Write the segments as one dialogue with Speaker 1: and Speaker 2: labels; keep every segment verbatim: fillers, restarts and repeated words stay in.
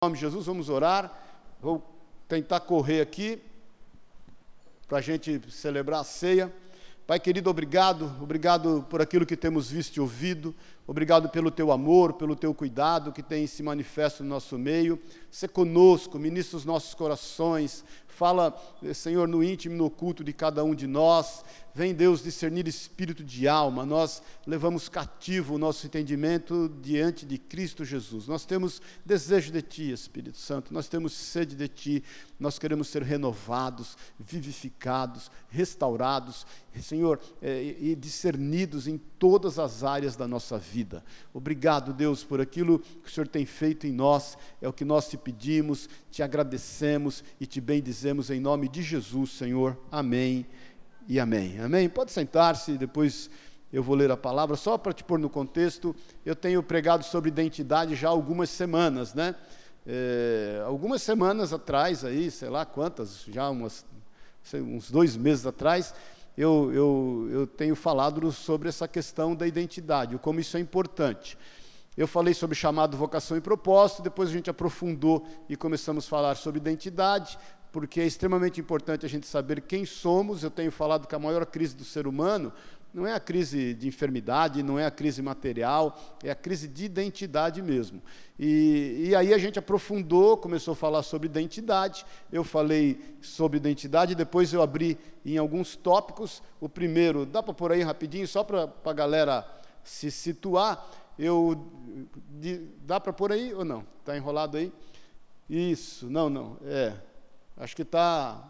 Speaker 1: Em nome de Jesus, vamos orar. Vou tentar correr aqui para a gente celebrar a ceia. Pai querido, obrigado, obrigado por aquilo que temos visto e ouvido, obrigado pelo teu amor, pelo teu cuidado que tem se manifesto no nosso meio. Sê conosco, ministra os nossos corações, fala, Senhor, no íntimo e no oculto de cada um de nós. Vem, Deus, discernir espírito de alma. Nós levamos cativo o nosso entendimento diante de Cristo Jesus. Nós temos desejo de Ti, Espírito Santo, nós temos sede de Ti, nós queremos ser renovados, vivificados, restaurados, Senhor, é, e discernidos em todas as áreas da nossa vida. Obrigado, Deus, por aquilo que o Senhor tem feito em nós, é o que nós te pedimos, te agradecemos e te bendizemos em nome de Jesus, Senhor. Amém e amém. Amém? Pode sentar-se, depois eu vou ler a palavra. Só para te pôr no contexto, eu tenho pregado sobre identidade já há algumas semanas, né? É, algumas semanas atrás, aí, sei lá quantas, já umas, sei, uns dois meses atrás, eu, eu, eu tenho falado sobre essa questão da identidade, como isso é importante. Eu falei sobre chamado, vocação e propósito, depois a gente aprofundou e começamos a falar sobre identidade, porque é extremamente importante a gente saber quem somos. Eu tenho falado que a maior crise do ser humano não é a crise de enfermidade, não é a crise material, é a crise de identidade mesmo. E, e aí a gente aprofundou, começou a falar sobre identidade, eu falei sobre identidade, depois eu abri em alguns tópicos. O primeiro, dá para pôr aí rapidinho, só para a galera se situar, eu, de, dá para pôr aí ou não? Está enrolado aí? Isso, não, não, é... Acho que está,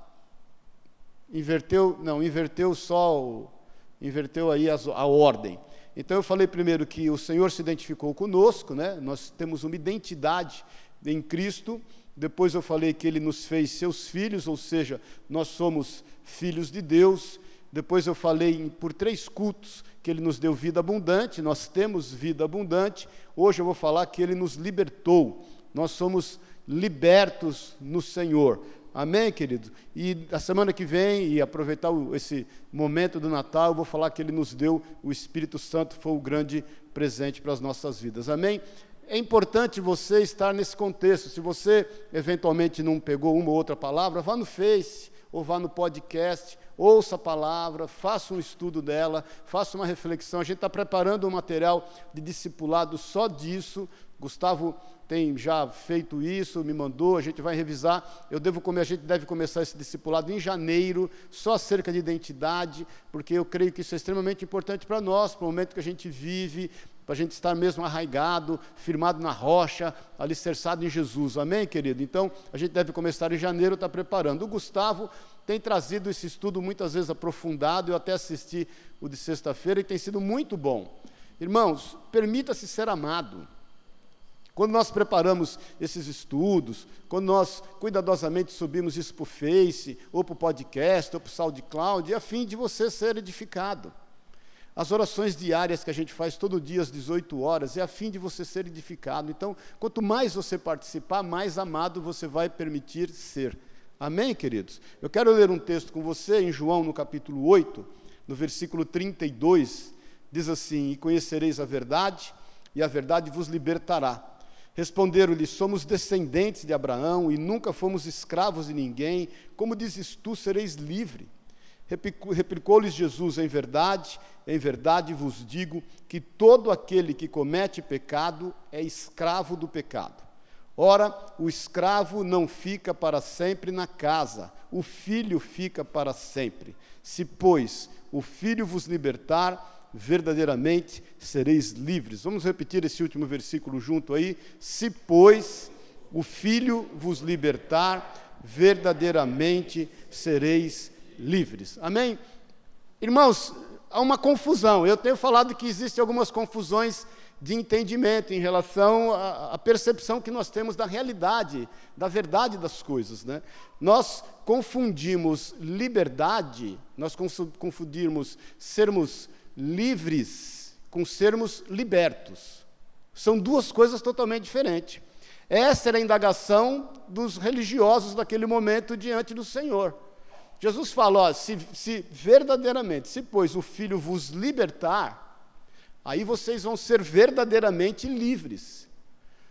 Speaker 1: inverteu, não, inverteu só, o, inverteu aí as, a ordem. Então eu falei primeiro que o Senhor se identificou conosco, né? Nós temos uma identidade em Cristo. Depois eu falei que Ele nos fez seus filhos, ou seja, nós somos filhos de Deus. Depois eu falei em, por três cultos que Ele nos deu vida abundante, nós temos vida abundante. Hoje eu vou falar que Ele nos libertou, nós somos libertos no Senhor. Amém, querido? E a semana que vem, e aproveitar o, esse momento do Natal, eu vou falar que Ele nos deu o Espírito Santo, foi o grande presente para as nossas vidas. Amém? É importante você estar nesse contexto. Se você, eventualmente, não pegou uma ou outra palavra, vá no Face, ou vá no podcast, ouça a palavra, faça um estudo dela, faça uma reflexão. A gente está preparando um material de discipulado só disso. Gustavo tem já feito isso, me mandou, a gente vai revisar. Eu devo comer, a gente deve começar esse discipulado em janeiro, só acerca de identidade, porque eu creio que isso é extremamente importante para nós, para o momento que a gente vive, para a gente estar mesmo arraigado, firmado na rocha, alicerçado em Jesus. Amém, querido? Então, a gente deve começar em janeiro, está preparando. O Gustavo tem trazido esse estudo muitas vezes aprofundado, eu até assisti o de sexta-feira e tem sido muito bom. Irmãos, permita-se ser amado. Quando nós preparamos esses estudos, quando nós cuidadosamente subimos isso para o Face, ou para o podcast, ou para o SoundCloud, é a fim de você ser edificado. As orações diárias que a gente faz todo dia às dezoito horas, é a fim de você ser edificado. Então, quanto mais você participar, mais amado você vai permitir ser. Amém, queridos? Eu quero ler um texto com você, em João, no capítulo oito, no versículo trinta e dois, diz assim: e conhecereis a verdade, e a verdade vos libertará. Responderam-lhe: somos descendentes de Abraão e nunca fomos escravos de ninguém. Como dizes tu, sereis livre? Replicou-lhes Jesus: em verdade, em verdade vos digo que todo aquele que comete pecado é escravo do pecado. Ora, o escravo não fica para sempre na casa, o filho fica para sempre. Se, pois, o filho vos libertar, verdadeiramente sereis livres. Vamos repetir esse último versículo junto aí. Se, pois, o Filho vos libertar, verdadeiramente sereis livres. Amém? Irmãos, há uma confusão. Eu tenho falado que existem algumas confusões de entendimento em relação à, à percepção que nós temos da realidade, da verdade das coisas, né? Nós confundimos liberdade, nós confundimos sermos livres com sermos libertos. São duas coisas totalmente diferentes. Essa era a indagação dos religiosos daquele momento diante do Senhor. Jesus falou: ó, se, se verdadeiramente, se pois o Filho vos libertar, aí vocês vão ser verdadeiramente livres.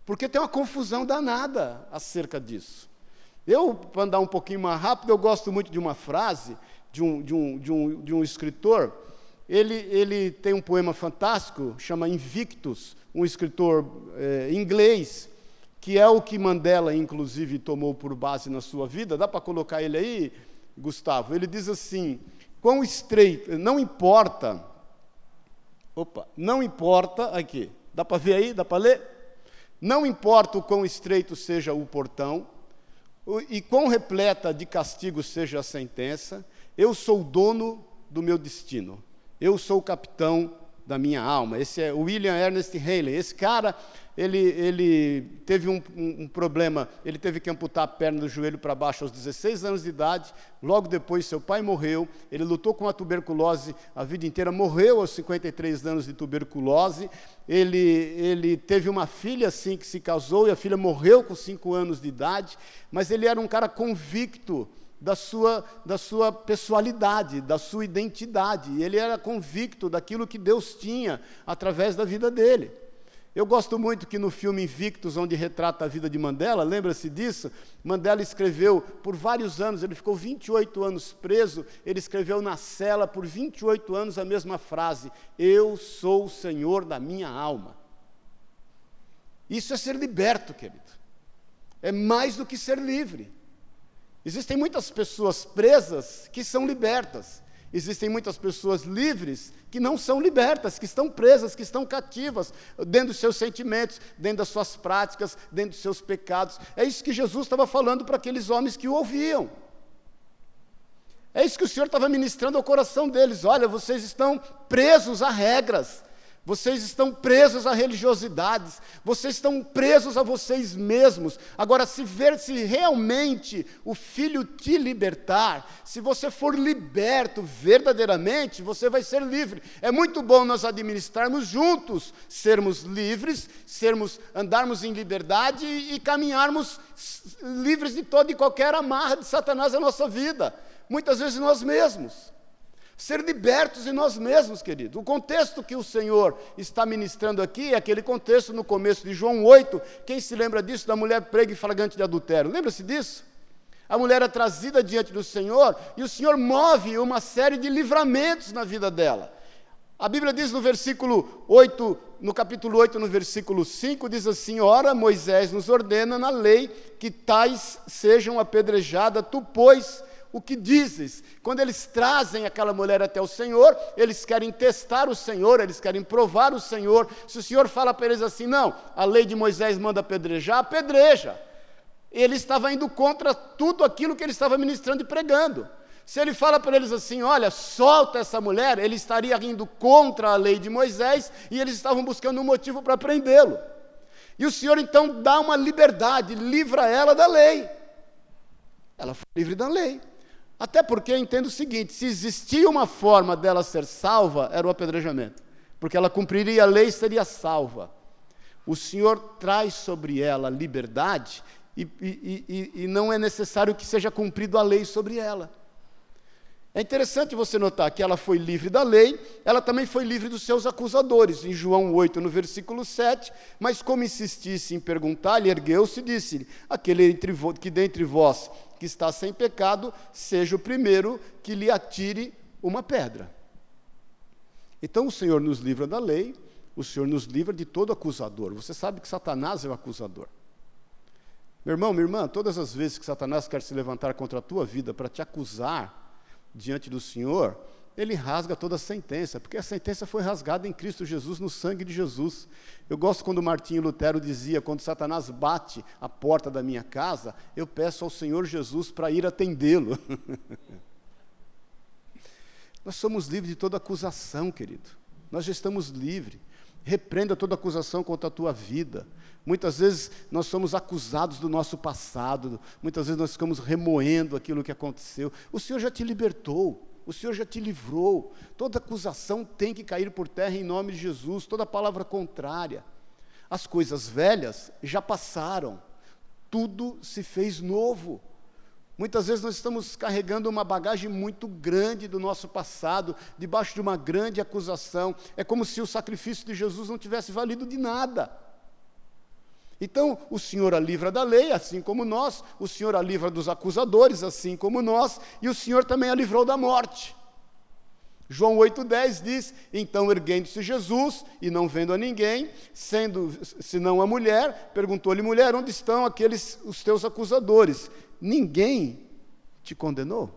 Speaker 1: porque tem uma confusão danada acerca disso. Eu, para andar um pouquinho mais rápido, eu gosto muito de uma frase de um, de um, de um, de um escritor. Ele, ele tem um poema fantástico, chama Invictus, um escritor é, inglês, que é o que Mandela, inclusive, tomou por base na sua vida. Dá para colocar ele aí, Gustavo? Ele diz assim, quão estreito, não importa, opa, não importa, aqui, dá para ver aí, dá para ler? Não importa o quão estreito seja o portão, e quão repleta de castigo seja a sentença, eu sou o dono do meu destino, eu sou o capitão da minha alma. Esse é William Ernest Henley. Esse cara, ele, ele teve um, um, um problema, ele teve que amputar a perna do joelho para baixo aos dezesseis anos de idade, logo depois seu pai morreu, ele lutou com a tuberculose a vida inteira, morreu aos cinquenta e três anos de tuberculose, ele, ele teve uma filha assim que se casou, e a filha morreu com cinco anos de idade, mas ele era um cara convicto da sua, da sua pessoalidade, da sua identidade. Ele era convicto daquilo que Deus tinha através da vida dele. Eu gosto muito que no filme Invictus, onde retrata a vida de Mandela, lembra-se disso? Mandela escreveu por vários anos, ele ficou vinte e oito anos preso, ele escreveu na cela por vinte e oito anos a mesma frase, eu sou o Senhor da minha alma. Isso é ser liberto, querido. É mais do que ser livre. Existem muitas pessoas presas que são libertas. Existem muitas pessoas livres que não são libertas, que estão presas, que estão cativas, dentro dos seus sentimentos, dentro das suas práticas, dentro dos seus pecados. É isso que Jesus estava falando para aqueles homens que o ouviam. É isso que o Senhor estava ministrando ao coração deles. Olha, vocês estão presos a regras. Vocês estão presos a religiosidades, vocês estão presos a vocês mesmos. Agora, se ver se realmente o Filho te libertar, se você for liberto verdadeiramente, você vai ser livre. É muito bom nós administrarmos juntos, sermos livres, sermos, andarmos em liberdade e, e caminharmos livres de toda e qualquer amarra de Satanás na nossa vida, muitas vezes nós mesmos. Ser libertos em nós mesmos, querido. O contexto que o Senhor está ministrando aqui é aquele contexto no começo de João oito. Quem se lembra disso, da mulher prega e flagrante de adultério? Lembra-se disso? A mulher é trazida diante do Senhor e o Senhor move uma série de livramentos na vida dela. A Bíblia diz no versículo oito, no capítulo oito, no versículo cinco, diz assim, ora, Moisés nos ordena na lei que tais sejam apedrejadas, tu, pois, o que dizes? Quando eles trazem aquela mulher até o Senhor, eles querem testar o Senhor, eles querem provar o Senhor. Se o Senhor fala para eles assim, não, a lei de Moisés manda apedrejar, apedreja. Ele estava indo contra tudo aquilo que ele estava ministrando e pregando. Se ele fala para eles assim, olha, solta essa mulher, ele estaria indo contra a lei de Moisés e eles estavam buscando um motivo para prendê-lo. E o Senhor então dá uma liberdade, livra ela da lei. Ela foi livre da lei. Até porque eu entendo o seguinte, se existia uma forma dela ser salva, era o apedrejamento. Porque ela cumpriria a lei e seria salva. O Senhor traz sobre ela liberdade e, e, e, e não é necessário que seja cumprido a lei sobre ela. É interessante você notar que ela foi livre da lei, ela também foi livre dos seus acusadores. Em João oito, no versículo sete, mas como insistisse em perguntar-lhe, ergueu-se e disse-lhe, aquele entre vo- que dentre vós que está sem pecado, seja o primeiro que lhe atire uma pedra. Então o Senhor nos livra da lei, o Senhor nos livra de todo acusador. Você sabe que Satanás é o acusador. Meu irmão, minha irmã, todas as vezes que Satanás quer se levantar contra a tua vida para te acusar diante do Senhor, ele rasga toda a sentença, porque a sentença foi rasgada em Cristo Jesus, no sangue de Jesus. Eu gosto quando Martinho Lutero dizia, quando Satanás bate a porta da minha casa, eu peço ao Senhor Jesus para ir atendê-lo. Nós somos livres de toda acusação, querido. Nós já estamos livres. Repreenda toda acusação contra a tua vida. Muitas vezes nós somos acusados do nosso passado, muitas vezes nós ficamos remoendo aquilo que aconteceu. O Senhor já te libertou. O Senhor já te livrou. Toda acusação tem que cair por terra em nome de Jesus, toda palavra contrária. As coisas velhas já passaram, tudo se fez novo. Muitas vezes nós estamos carregando uma bagagem muito grande do nosso passado, debaixo de uma grande acusação. É como se o sacrifício de Jesus não tivesse valido de nada. Então, o Senhor a livra da lei, assim como nós, o Senhor a livra dos acusadores, assim como nós, e o Senhor também a livrou da morte. João oito, dez diz, então erguendo-se Jesus, e não vendo a ninguém, sendo, senão a mulher, perguntou-lhe, mulher, onde estão aqueles, os teus acusadores? Ninguém te condenou?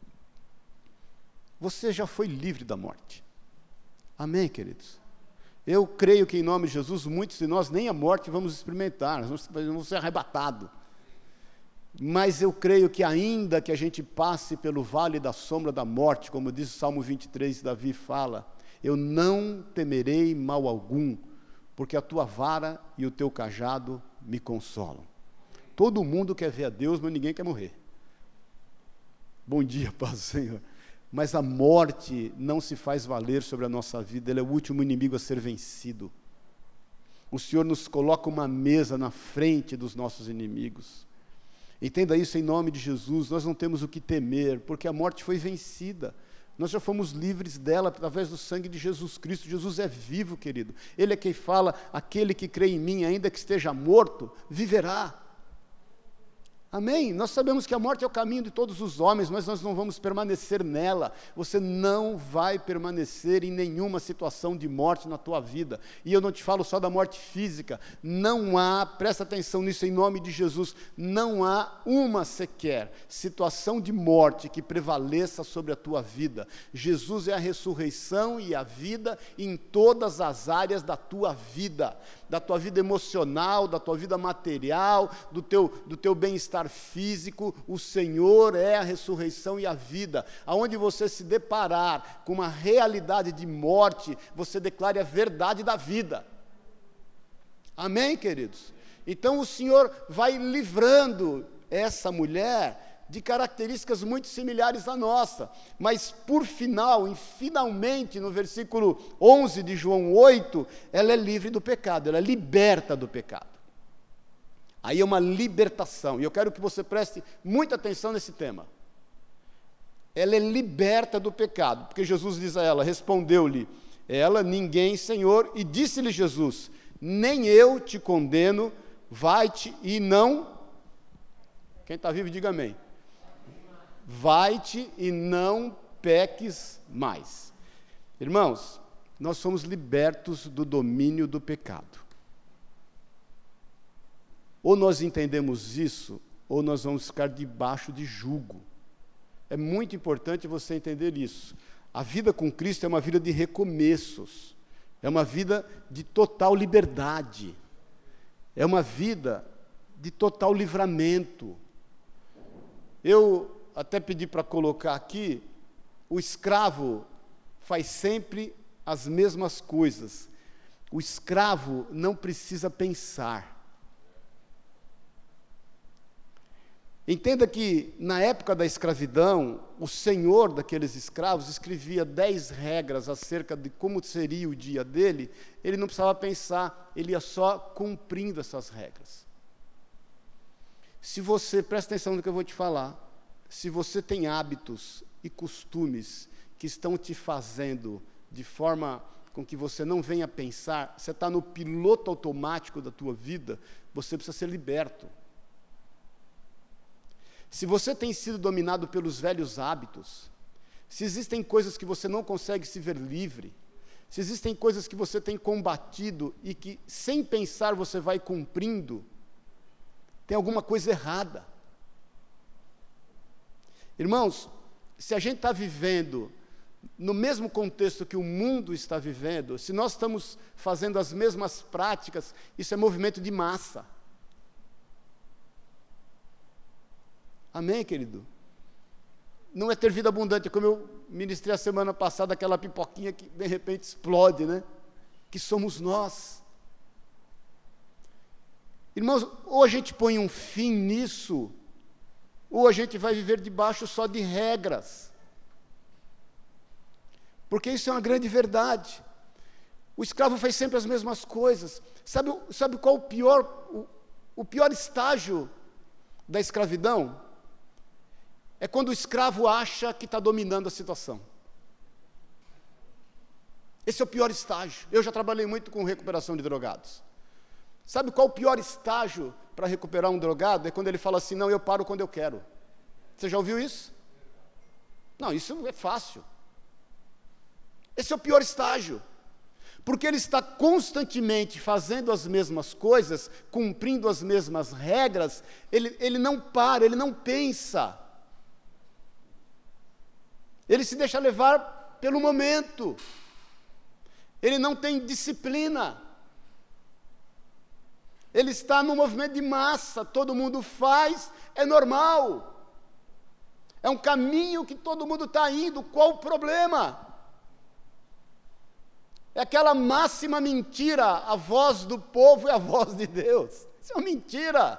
Speaker 1: Você já foi livre da morte. Amém, queridos? Eu creio que em nome de Jesus, muitos de nós nem a morte vamos experimentar, nós vamos ser arrebatados. Mas eu creio que ainda que a gente passe pelo vale da sombra da morte, como diz o Salmo vinte e três, Davi fala, eu não temerei mal algum, porque a tua vara e o teu cajado me consolam. Todo mundo quer ver a Deus, mas ninguém quer morrer. Bom dia, paz do Senhor. Mas a morte não se faz valer sobre a nossa vida, ela é o último inimigo a ser vencido. O Senhor nos coloca uma mesa na frente dos nossos inimigos. Entenda isso em nome de Jesus, nós não temos o que temer, porque a morte foi vencida. Nós já fomos livres dela através do sangue de Jesus Cristo. Jesus é vivo, querido. Ele é quem fala, aquele que crê em mim, ainda que esteja morto, viverá. Amém? Nós sabemos que a morte é o caminho de todos os homens, mas nós não vamos permanecer nela. Você não vai permanecer em nenhuma situação de morte na tua vida. E eu não te falo só da morte física. Não há, presta atenção nisso em nome de Jesus, não há uma sequer situação de morte que prevaleça sobre a tua vida. Jesus é a ressurreição e a vida em todas as áreas da tua vida. Da tua vida emocional, da tua vida material, do teu, do teu bem-estar físico, o Senhor é a ressurreição e a vida. Aonde você se deparar com uma realidade de morte, você declare a verdade da vida. Amém, queridos? Então o Senhor vai livrando essa mulher de características muito similares à nossa, mas por final, e finalmente no versículo onze de João oito, ela é livre do pecado, ela é liberta do pecado. Aí é uma libertação, e eu quero que você preste muita atenção nesse tema. Ela é liberta do pecado, porque Jesus diz a ela, respondeu-lhe ela, ninguém, Senhor, e disse-lhe Jesus, nem eu te condeno, vai-te e não, quem está vivo diga amém, vai-te e não peques mais. Irmãos, nós somos libertos do domínio do pecado. Ou nós entendemos isso, ou nós vamos ficar debaixo de jugo. É muito importante você entender isso. A vida com Cristo é uma vida de recomeços, é uma vida de total liberdade, é uma vida de total livramento. Eu até pedi para colocar aqui, o escravo faz sempre as mesmas coisas. O escravo não precisa pensar. Entenda que, na época da escravidão, o senhor daqueles escravos escrevia dez regras acerca de como seria o dia dele, ele não precisava pensar, ele ia só cumprindo essas regras. Se você, presta atenção no que eu vou te falar, se você tem hábitos e costumes que estão te fazendo de forma com que você não venha pensar, você está no piloto automático da tua vida, você precisa ser liberto. Se você tem sido dominado pelos velhos hábitos, se existem coisas que você não consegue se ver livre, se existem coisas que você tem combatido e que, sem pensar, você vai cumprindo, tem alguma coisa errada. Irmãos, se a gente está vivendo no mesmo contexto que o mundo está vivendo, se nós estamos fazendo as mesmas práticas, isso é movimento de massa. Amém, querido? Não é ter vida abundante, como eu ministrei a semana passada, aquela pipoquinha que de repente explode, né? Que somos nós. Irmãos, ou a gente põe um fim nisso, ou a gente vai viver debaixo só de regras. Porque isso é uma grande verdade. O escravo faz sempre as mesmas coisas. Sabe, sabe qual o pior, o, o pior estágio da escravidão? É quando o escravo acha que está dominando a situação. Esse é o pior estágio. Eu já trabalhei muito com recuperação de drogados. Sabe qual o pior estágio para recuperar um drogado? É quando ele fala assim, não, eu paro quando eu quero. Você já ouviu isso? Não, isso é fácil. Esse é o pior estágio. Porque ele está constantemente fazendo as mesmas coisas, cumprindo as mesmas regras, ele, ele não para, ele não pensa. Ele se deixa levar pelo momento. Ele não tem disciplina. Ele está no movimento de massa, todo mundo faz, é normal. É um caminho que todo mundo está indo, qual o problema? É aquela máxima mentira, a voz do povo é a voz de Deus. Isso é uma mentira.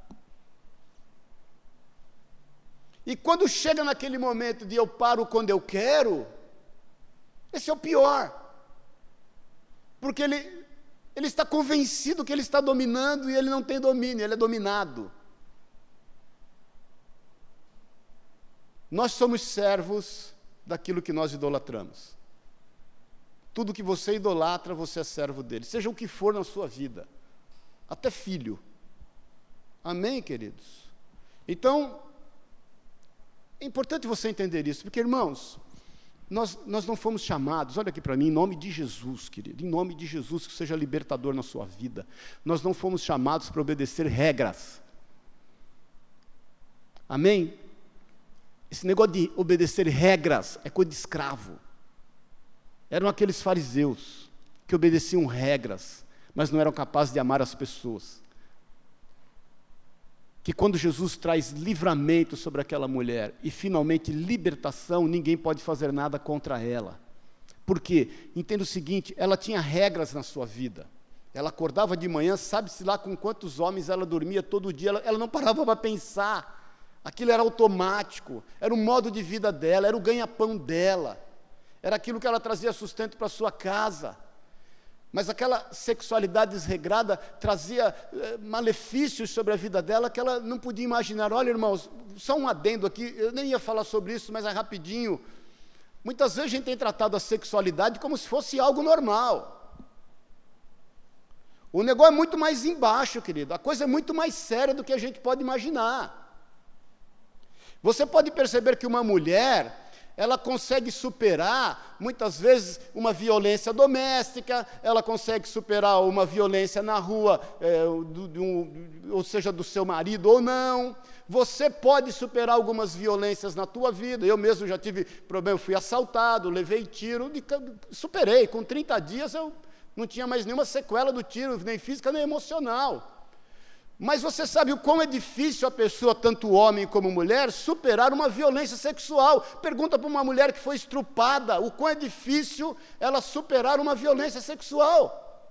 Speaker 1: E quando chega naquele momento de eu paro quando eu quero, esse é o pior. Porque ele, ele está convencido que ele está dominando e ele não tem domínio, ele é dominado. Nós somos servos daquilo que nós idolatramos. Tudo que você idolatra, você é servo dele, seja o que for na sua vida, até filho. Amém, queridos? Então, é importante você entender isso, porque, irmãos, nós, nós não fomos chamados, olha aqui para mim, em nome de Jesus, querido, em nome de Jesus, que seja libertador na sua vida, nós não fomos chamados para obedecer regras. Amém? Esse negócio de obedecer regras é coisa de escravo. Eram aqueles fariseus que obedeciam regras, mas não eram capazes de amar as pessoas. Que quando Jesus traz livramento sobre aquela mulher e finalmente libertação, ninguém pode fazer nada contra ela. Por quê? Entenda o seguinte, ela tinha regras na sua vida. Ela acordava de manhã, sabe-se lá com quantos homens ela dormia todo dia, ela, ela não parava para pensar. Aquilo era automático, era o modo de vida dela, era o ganha-pão dela. Era aquilo que ela trazia sustento para a sua casa. Mas aquela sexualidade desregrada trazia eh, malefícios sobre a vida dela que ela não podia imaginar. Olha, irmãos, só um adendo aqui, eu nem ia falar sobre isso, mas é rapidinho. Muitas vezes a gente tem tratado a sexualidade como se fosse algo normal. O negócio é muito mais embaixo, querido. A coisa é muito mais séria do que a gente pode imaginar. Você pode perceber que uma mulher, ela consegue superar, muitas vezes, uma violência doméstica, ela consegue superar uma violência na rua, é, do, do, ou seja, do seu marido ou não. Você pode superar algumas violências na tua vida. Eu mesmo já tive problema, fui assaltado, levei tiro, superei. Com trinta dias eu não tinha mais nenhuma sequela do tiro, nem física nem emocional. Mas você sabe o quão é difícil a pessoa, tanto homem como mulher, superar uma violência sexual. Pergunta para uma mulher que foi estrupada, o quão é difícil ela superar uma violência sexual.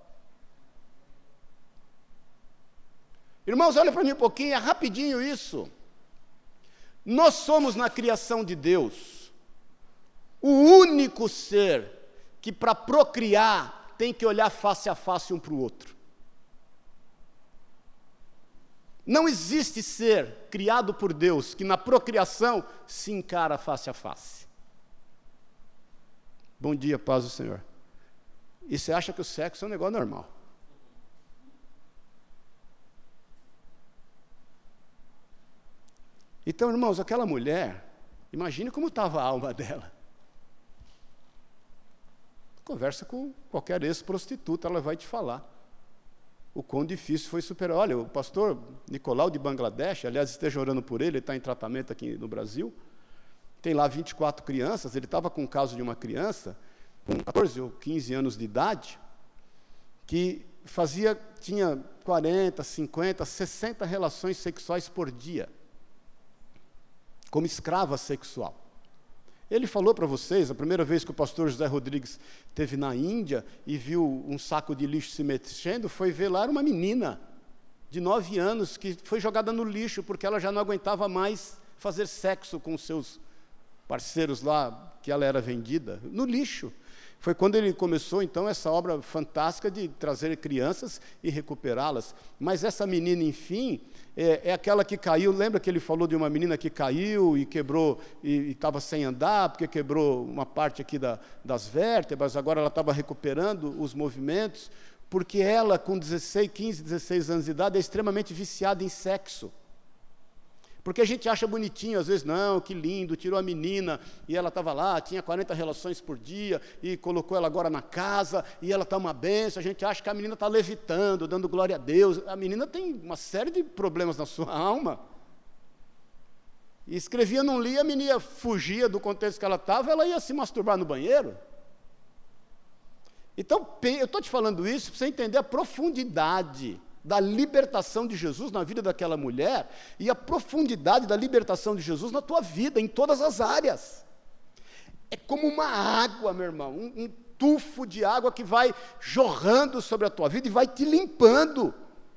Speaker 1: Irmãos, olha para mim um pouquinho, é rapidinho isso. Nós somos na criação de Deus o único ser que para procriar tem que olhar face a face um para o outro. Não existe ser criado por Deus que na procriação se encara face a face. Bom dia, paz do Senhor. E você acha que o sexo é um negócio normal? Então, irmãos, aquela mulher, imagine como estava a alma dela. Conversa com qualquer ex-prostituta, ela vai te falar o quão difícil foi superar. Olha, o pastor Nicolau de Bangladesh, aliás, esteja orando por ele, ele está em tratamento aqui no Brasil, tem lá vinte e quatro crianças, ele estava com o caso de uma criança, com quatorze ou quinze anos de idade, que fazia, tinha quarenta, cinquenta, sessenta relações sexuais por dia, como escrava sexual. Ele falou para vocês, a primeira vez que o pastor José Rodrigues esteve na Índia e viu um saco de lixo se mexendo, foi ver lá uma menina de nove anos que foi jogada no lixo porque ela já não aguentava mais fazer sexo com os seus parceiros lá, que ela era vendida, no lixo. Foi quando ele começou, então, essa obra fantástica de trazer crianças e recuperá-las. Mas essa menina, enfim, é, é aquela que caiu. Lembra que ele falou de uma menina que caiu e quebrou, e estava sem andar, porque quebrou uma parte aqui da, das vértebras, agora ela estava recuperando os movimentos. porque ela, com dezesseis, quinze, dezesseis anos de idade, é extremamente viciada em sexo. Porque a gente acha bonitinho, às vezes, não, que lindo, tirou a menina, e ela estava lá, tinha quarenta relações por dia, e colocou ela agora na casa, e ela está uma benção, a gente acha que a menina está levitando, dando glória a Deus. A menina tem uma série de problemas na sua alma. E escrevia, não lia, a menina fugia do contexto que ela estava, ela ia se masturbar no banheiro. Então, eu estou te falando isso para você entender a profundidade da libertação de Jesus na vida daquela mulher e a profundidade da libertação de Jesus na tua vida, em todas as áreas. É como uma água, meu irmão, um, um tufo de água que vai jorrando sobre a tua vida e vai te limpando.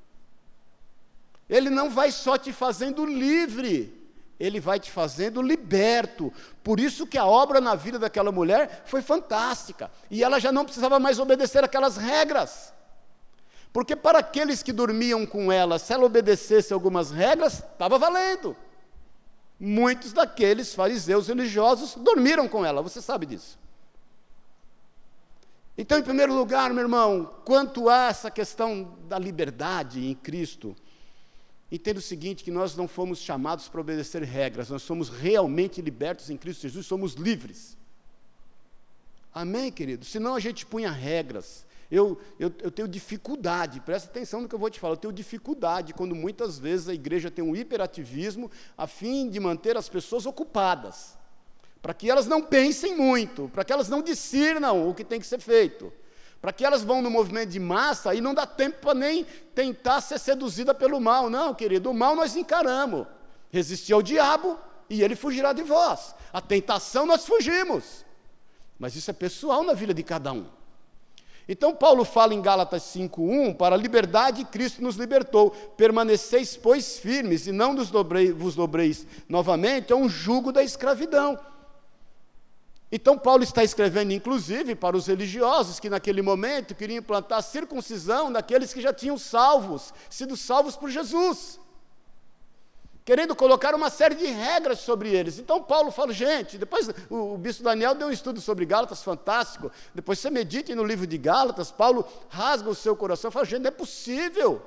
Speaker 1: Ele não vai só te fazendo livre, ele vai te fazendo liberto. Por isso que a obra na vida daquela mulher foi fantástica, e ela já não precisava mais obedecer aquelas regras. Porque para aqueles que dormiam com ela, se ela obedecesse algumas regras, estava valendo. Muitos daqueles fariseus religiosos dormiram com ela, você sabe disso. Então, em primeiro lugar, meu irmão, quanto a essa questão da liberdade em Cristo, entenda o seguinte, que nós não fomos chamados para obedecer regras, nós somos realmente libertos em Cristo Jesus, somos livres. Amém, querido? Senão a gente punha regras. Eu, eu, eu tenho dificuldade, presta atenção no que eu vou te falar, eu tenho dificuldade quando muitas vezes a igreja tem um hiperativismo a fim de manter as pessoas ocupadas, para que elas não pensem muito, para que elas não discernam o que tem que ser feito, para que elas vão no movimento de massa e não dá tempo para nem tentar ser seduzida pelo mal. Não, querido, o mal nós encaramos, resistir ao diabo e ele fugirá de vós, a tentação nós fugimos, mas isso é pessoal na vida de cada um. Então, Paulo fala em Gálatas cinco, um, para a liberdade Cristo nos libertou, permaneceis, pois, firmes, e não vos dobreis, vos dobreis novamente a um jugo da escravidão. Então, Paulo está escrevendo, inclusive, para os religiosos, que naquele momento queriam implantar a circuncisão daqueles que já tinham salvos, sido salvos por Jesus, querendo colocar uma série de regras sobre eles. Então Paulo fala, gente, depois o, o bispo Daniel deu um estudo sobre Gálatas fantástico, depois você medite no livro de Gálatas, Paulo rasga o seu coração e fala, gente, não é possível.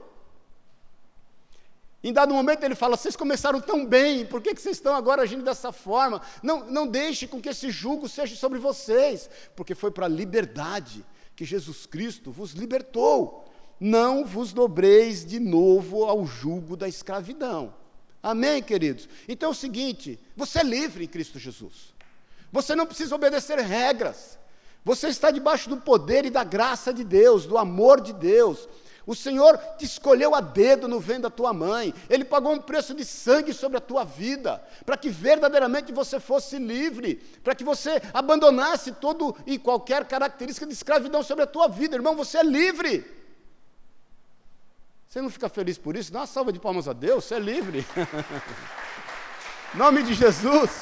Speaker 1: Em dado momento ele fala, vocês começaram tão bem, por que, que vocês estão agora agindo dessa forma? Não, não deixe com que esse jugo seja sobre vocês, porque foi para a liberdade que Jesus Cristo vos libertou. Não vos dobreis de novo ao jugo da escravidão. Amém, queridos? Então é o seguinte, você é livre em Cristo Jesus. Você não precisa obedecer regras. Você está debaixo do poder e da graça de Deus, do amor de Deus. O Senhor te escolheu a dedo no ventre da tua mãe. Ele pagou um preço de sangue sobre a tua vida, para que verdadeiramente você fosse livre, para que você abandonasse todo e qualquer característica de escravidão sobre a tua vida. Irmão, você é livre. Você não fica feliz por isso? Dá uma salva de palmas a Deus, você é livre. Em nome de Jesus.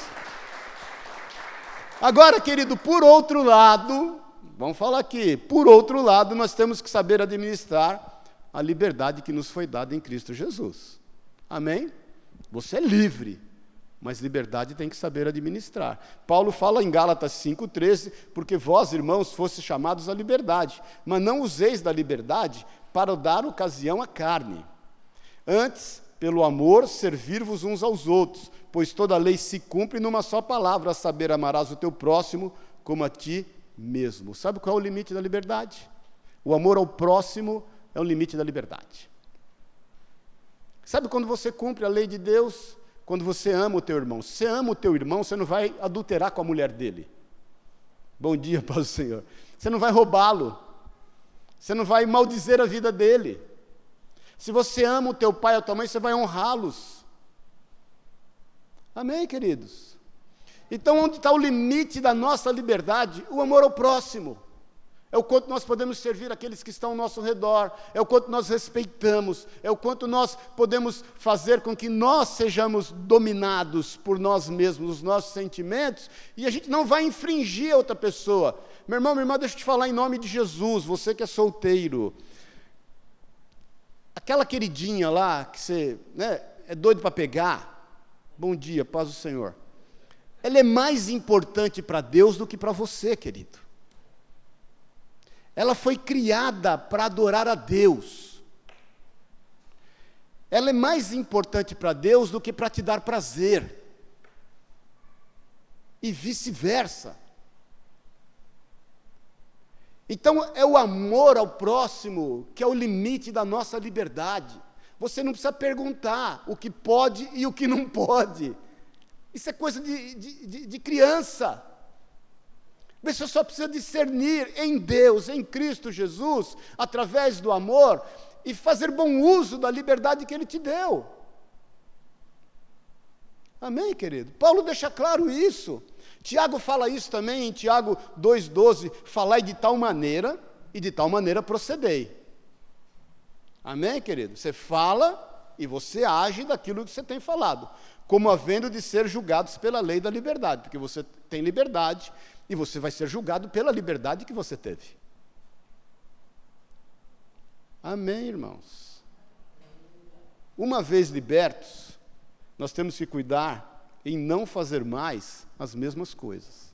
Speaker 1: Agora, querido, por outro lado, vamos falar aqui, por outro lado, nós temos que saber administrar a liberdade que nos foi dada em Cristo Jesus. Amém? Você é livre, mas liberdade tem que saber administrar. Paulo fala em Gálatas cinco, treze, porque vós, irmãos, fostes chamados à liberdade, mas não useis da liberdade para dar ocasião à carne. Antes, pelo amor, servir-vos uns aos outros, pois toda a lei se cumpre numa só palavra, a saber, amarás o teu próximo como a ti mesmo. Sabe qual é o limite da liberdade? O amor ao próximo é o limite da liberdade. Sabe quando você cumpre a lei de Deus? Quando você ama o teu irmão. Se você ama o teu irmão, você não vai adulterar com a mulher dele. Bom dia, paz do Senhor. Você não vai roubá-lo. Você não vai maldizer a vida dele. Se você ama o teu pai e a tua mãe, você vai honrá-los. Amém, queridos? Então, onde está o limite da nossa liberdade? O amor ao próximo. É o quanto nós podemos servir aqueles que estão ao nosso redor, é o quanto nós respeitamos, é o quanto nós podemos fazer com que nós sejamos dominados por nós mesmos, os nossos sentimentos, e a gente não vai infringir a outra pessoa. Meu irmão, minha irmã, deixa eu te falar em nome de Jesus, você que é solteiro, aquela queridinha lá, que você, né, é doido para pegar, bom dia, paz do Senhor, ela é mais importante para Deus do que para você, querido. ela foi criada para adorar a Deus. Ela é mais importante para Deus do que para te dar prazer. E vice-versa. Então, é o amor ao próximo que é o limite da nossa liberdade. Você não precisa perguntar o que pode e o que não pode. Isso é coisa de, de, de, de criança. Você só precisa discernir em Deus, em Cristo Jesus, através do amor, e fazer bom uso da liberdade que Ele te deu. Amém, querido? Paulo deixa claro isso. Tiago fala isso também em Tiago dois, doze, falai de tal maneira, e de tal maneira procedei. Amém, querido? Você fala e você age daquilo que você tem falado, como havendo de ser julgados pela lei da liberdade, porque você tem liberdade e você vai ser julgado pela liberdade que você teve. Amém, irmãos? Uma vez libertos, nós temos que cuidar em não fazer mais as mesmas coisas.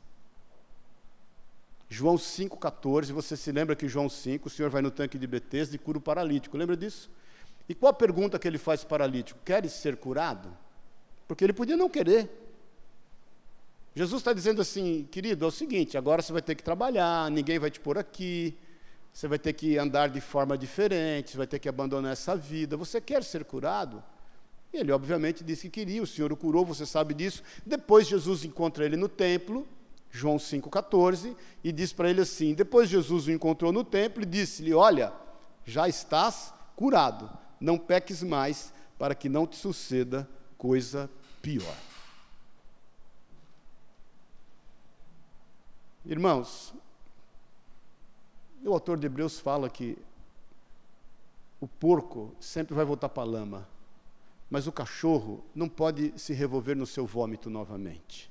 Speaker 1: João cinco, catorze, você se lembra que João cinco, o Senhor vai no tanque de Betesda e cura o paralítico, lembra disso? E qual a pergunta que ele faz para o paralítico? Queres ser curado? Porque ele podia não querer. Jesus está dizendo assim, querido, é o seguinte, agora você vai ter que trabalhar, ninguém vai te pôr aqui, você vai ter que andar de forma diferente, você vai ter que abandonar essa vida, você quer ser curado? Ele, obviamente, disse que queria, o Senhor o curou, você sabe disso. Depois, Jesus encontra ele no templo, João cinco, catorze, e diz para ele assim, depois Jesus o encontrou no templo e disse-lhe, olha, já estás curado, não peques mais, para que não te suceda coisa pior. Irmãos, o autor de Hebreus fala que o porco sempre vai voltar para a lama, mas o cachorro não pode se revolver no seu vômito novamente.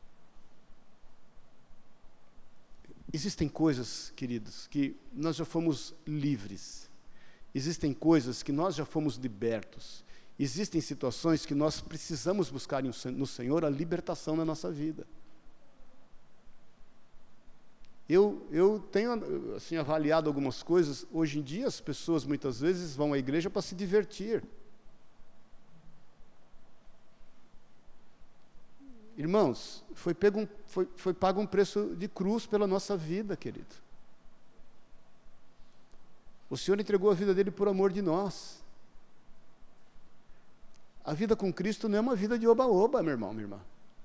Speaker 1: Existem coisas, queridos, que nós já fomos livres. Existem coisas que nós já fomos libertos. Existem situações que nós precisamos buscar no Senhor a libertação na nossa vida. Eu, eu tenho assim, avaliado algumas coisas. Hoje em dia, as pessoas muitas vezes vão à igreja para se divertir. Irmãos, foi, pego um, foi, foi pago um preço de cruz pela nossa vida, querido. O Senhor entregou a vida dele por amor de nós. A vida com Cristo não é uma vida de oba-oba, meu irmão, minha irmã.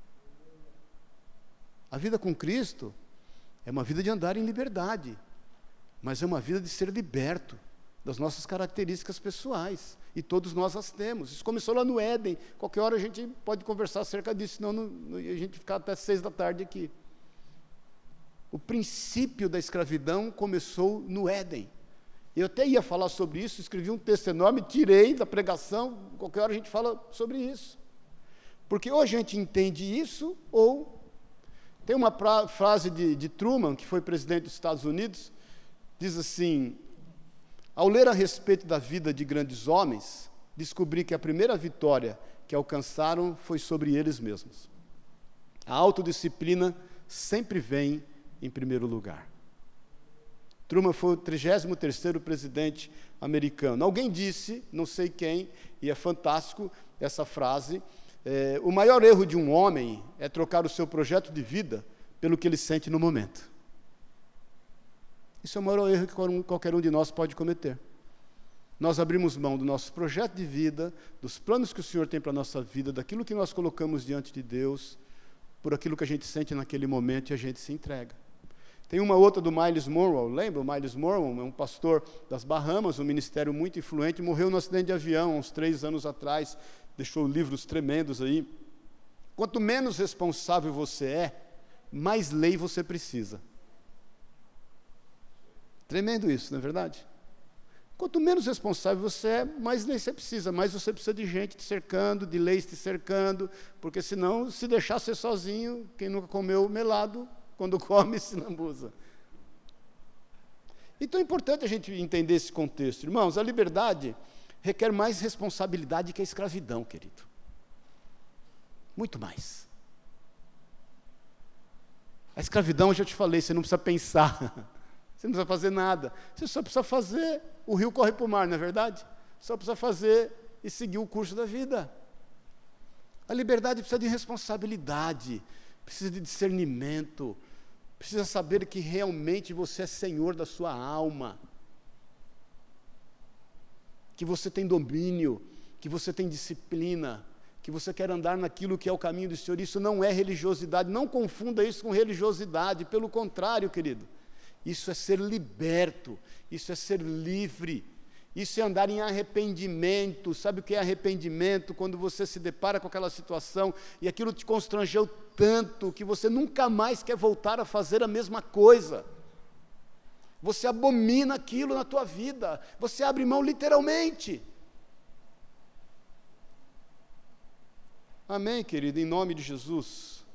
Speaker 1: A vida com Cristo é uma vida de andar em liberdade, mas é uma vida de ser liberto das nossas características pessoais, e todos nós as temos. Isso começou lá no Éden, qualquer hora a gente pode conversar acerca disso, senão não, não, a gente ficar até seis da tarde aqui. O princípio da escravidão começou no Éden. Eu até ia falar sobre isso, escrevi um texto enorme, tirei da pregação, qualquer hora a gente fala sobre isso. Porque ou a gente entende isso, ou... Tem uma pra, frase de, de Truman, que foi presidente dos Estados Unidos, diz assim, ao ler a respeito da vida de grandes homens, descobri que a primeira vitória que alcançaram foi sobre eles mesmos. A autodisciplina sempre vem em primeiro lugar. Truman foi o trigésimo terceiro presidente americano. Alguém disse, não sei quem, e é fantástico essa frase, é, o maior erro de um homem é trocar o seu projeto de vida pelo que ele sente no momento. Isso é o maior erro que qualquer um de nós pode cometer. Nós abrimos mão do nosso projeto de vida, dos planos que o Senhor tem para a nossa vida, daquilo que nós colocamos diante de Deus, por aquilo que a gente sente naquele momento e a gente se entrega. Tem uma outra do Myles Munroe, lembra? O Myles Munroe é um pastor das Bahamas, um ministério muito influente, morreu num acidente de avião, há uns três anos atrás, deixou livros tremendos aí. Quanto menos responsável você é, mais lei você precisa. Tremendo isso, não é verdade? Quanto menos responsável você é, mais lei você precisa, mais você precisa de gente te cercando, de leis te cercando, porque senão, se deixar ser sozinho, quem nunca comeu melado, quando come, se lambuza. Então é importante a gente entender esse contexto. Irmãos, a liberdade requer mais responsabilidade que a escravidão, querido. Muito mais. A escravidão, eu já te falei, você não precisa pensar. Você não precisa fazer nada. Você só precisa fazer, o rio corre para o mar, não é verdade? Só precisa fazer e seguir o curso da vida. A liberdade precisa de responsabilidade, precisa de discernimento, precisa saber que realmente você é senhor da sua alma, que você tem domínio, que você tem disciplina, que você quer andar naquilo que é o caminho do Senhor. Isso não é religiosidade, não confunda isso com religiosidade, pelo contrário, querido, isso é ser liberto, isso é ser livre, isso é andar em arrependimento. Sabe o que é arrependimento? Quando você se depara com aquela situação e aquilo te constrangeu tanto que você nunca mais quer voltar a fazer a mesma coisa. Você abomina aquilo na tua vida, você abre mão literalmente. Amém, querido, em nome de Jesus.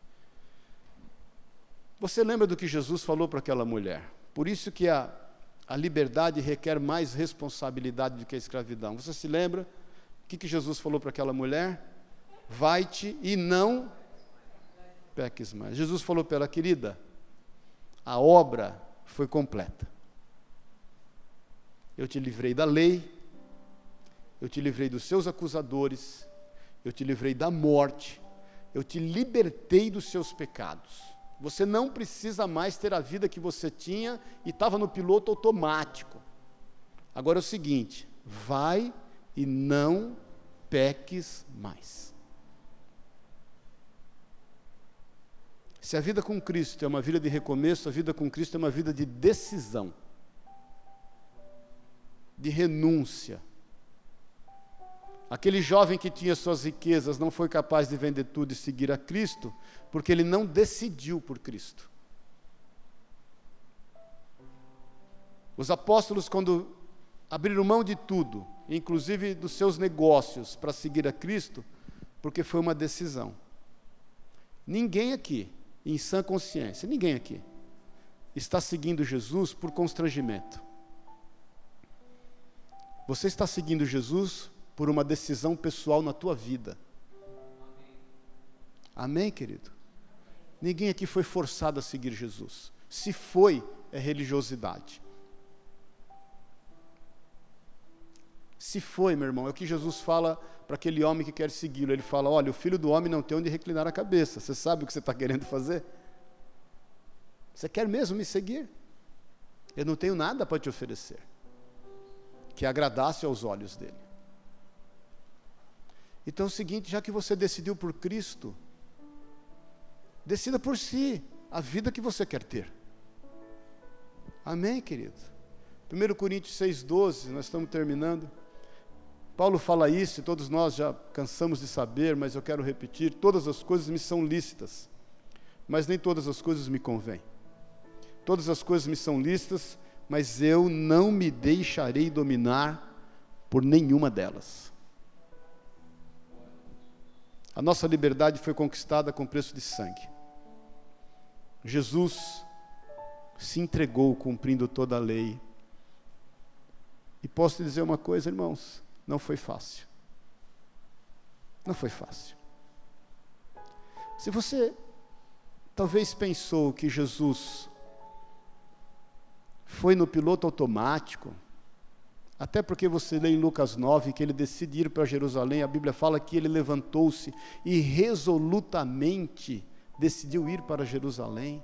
Speaker 1: Você lembra do que Jesus falou para aquela mulher? Por isso que a, a liberdade requer mais responsabilidade do que a escravidão. Você se lembra? O que, que Jesus falou para aquela mulher? Vai-te e não peques mais. Jesus falou para ela, querida, a obra foi completa. Eu te livrei da lei, eu te livrei dos seus acusadores, eu te livrei da morte, eu te libertei dos seus pecados. Você não precisa mais ter a vida que você tinha e estava no piloto automático. Agora é o seguinte, vai e não peques mais. Se a vida com Cristo é uma vida de recomeço, a vida com Cristo é uma vida de decisão, de renúncia. Aquele jovem que tinha suas riquezas não foi capaz de vender tudo e seguir a Cristo, porque ele não decidiu por Cristo. Os apóstolos, quando abriram mão de tudo, inclusive dos seus negócios, para seguir a Cristo, porque foi uma decisão. Ninguém aqui, em sã consciência, ninguém aqui, está seguindo Jesus por constrangimento. Você está seguindo Jesus por uma decisão pessoal na tua vida. Amém, querido? Ninguém aqui foi forçado a seguir Jesus. Se foi, é religiosidade. Se foi, meu irmão, é o que Jesus fala para aquele homem que quer segui-lo. Ele fala, olha, o filho do homem não tem onde reclinar a cabeça. Você sabe o que você está querendo fazer? Você quer mesmo me seguir? Eu não tenho nada para te oferecer que agradasse aos olhos dele. Então é o seguinte, já que você decidiu por Cristo, decida por si a vida que você quer ter. Amém, querido? primeiro Coríntios seis, doze, nós estamos terminando. Paulo fala isso, e todos nós já cansamos de saber, mas eu quero repetir, todas as coisas me são lícitas, mas nem todas as coisas me convêm. Todas as coisas me são lícitas, mas eu não me deixarei dominar por nenhuma delas. A nossa liberdade foi conquistada com preço de sangue. Jesus se entregou cumprindo toda a lei. E posso te dizer uma coisa, irmãos, não foi fácil. Não foi fácil. Se você talvez pensou que Jesus foi no piloto automático, até porque você lê em Lucas nove que ele decide ir para Jerusalém, a Bíblia fala que ele levantou-se e resolutamente decidiu ir para Jerusalém.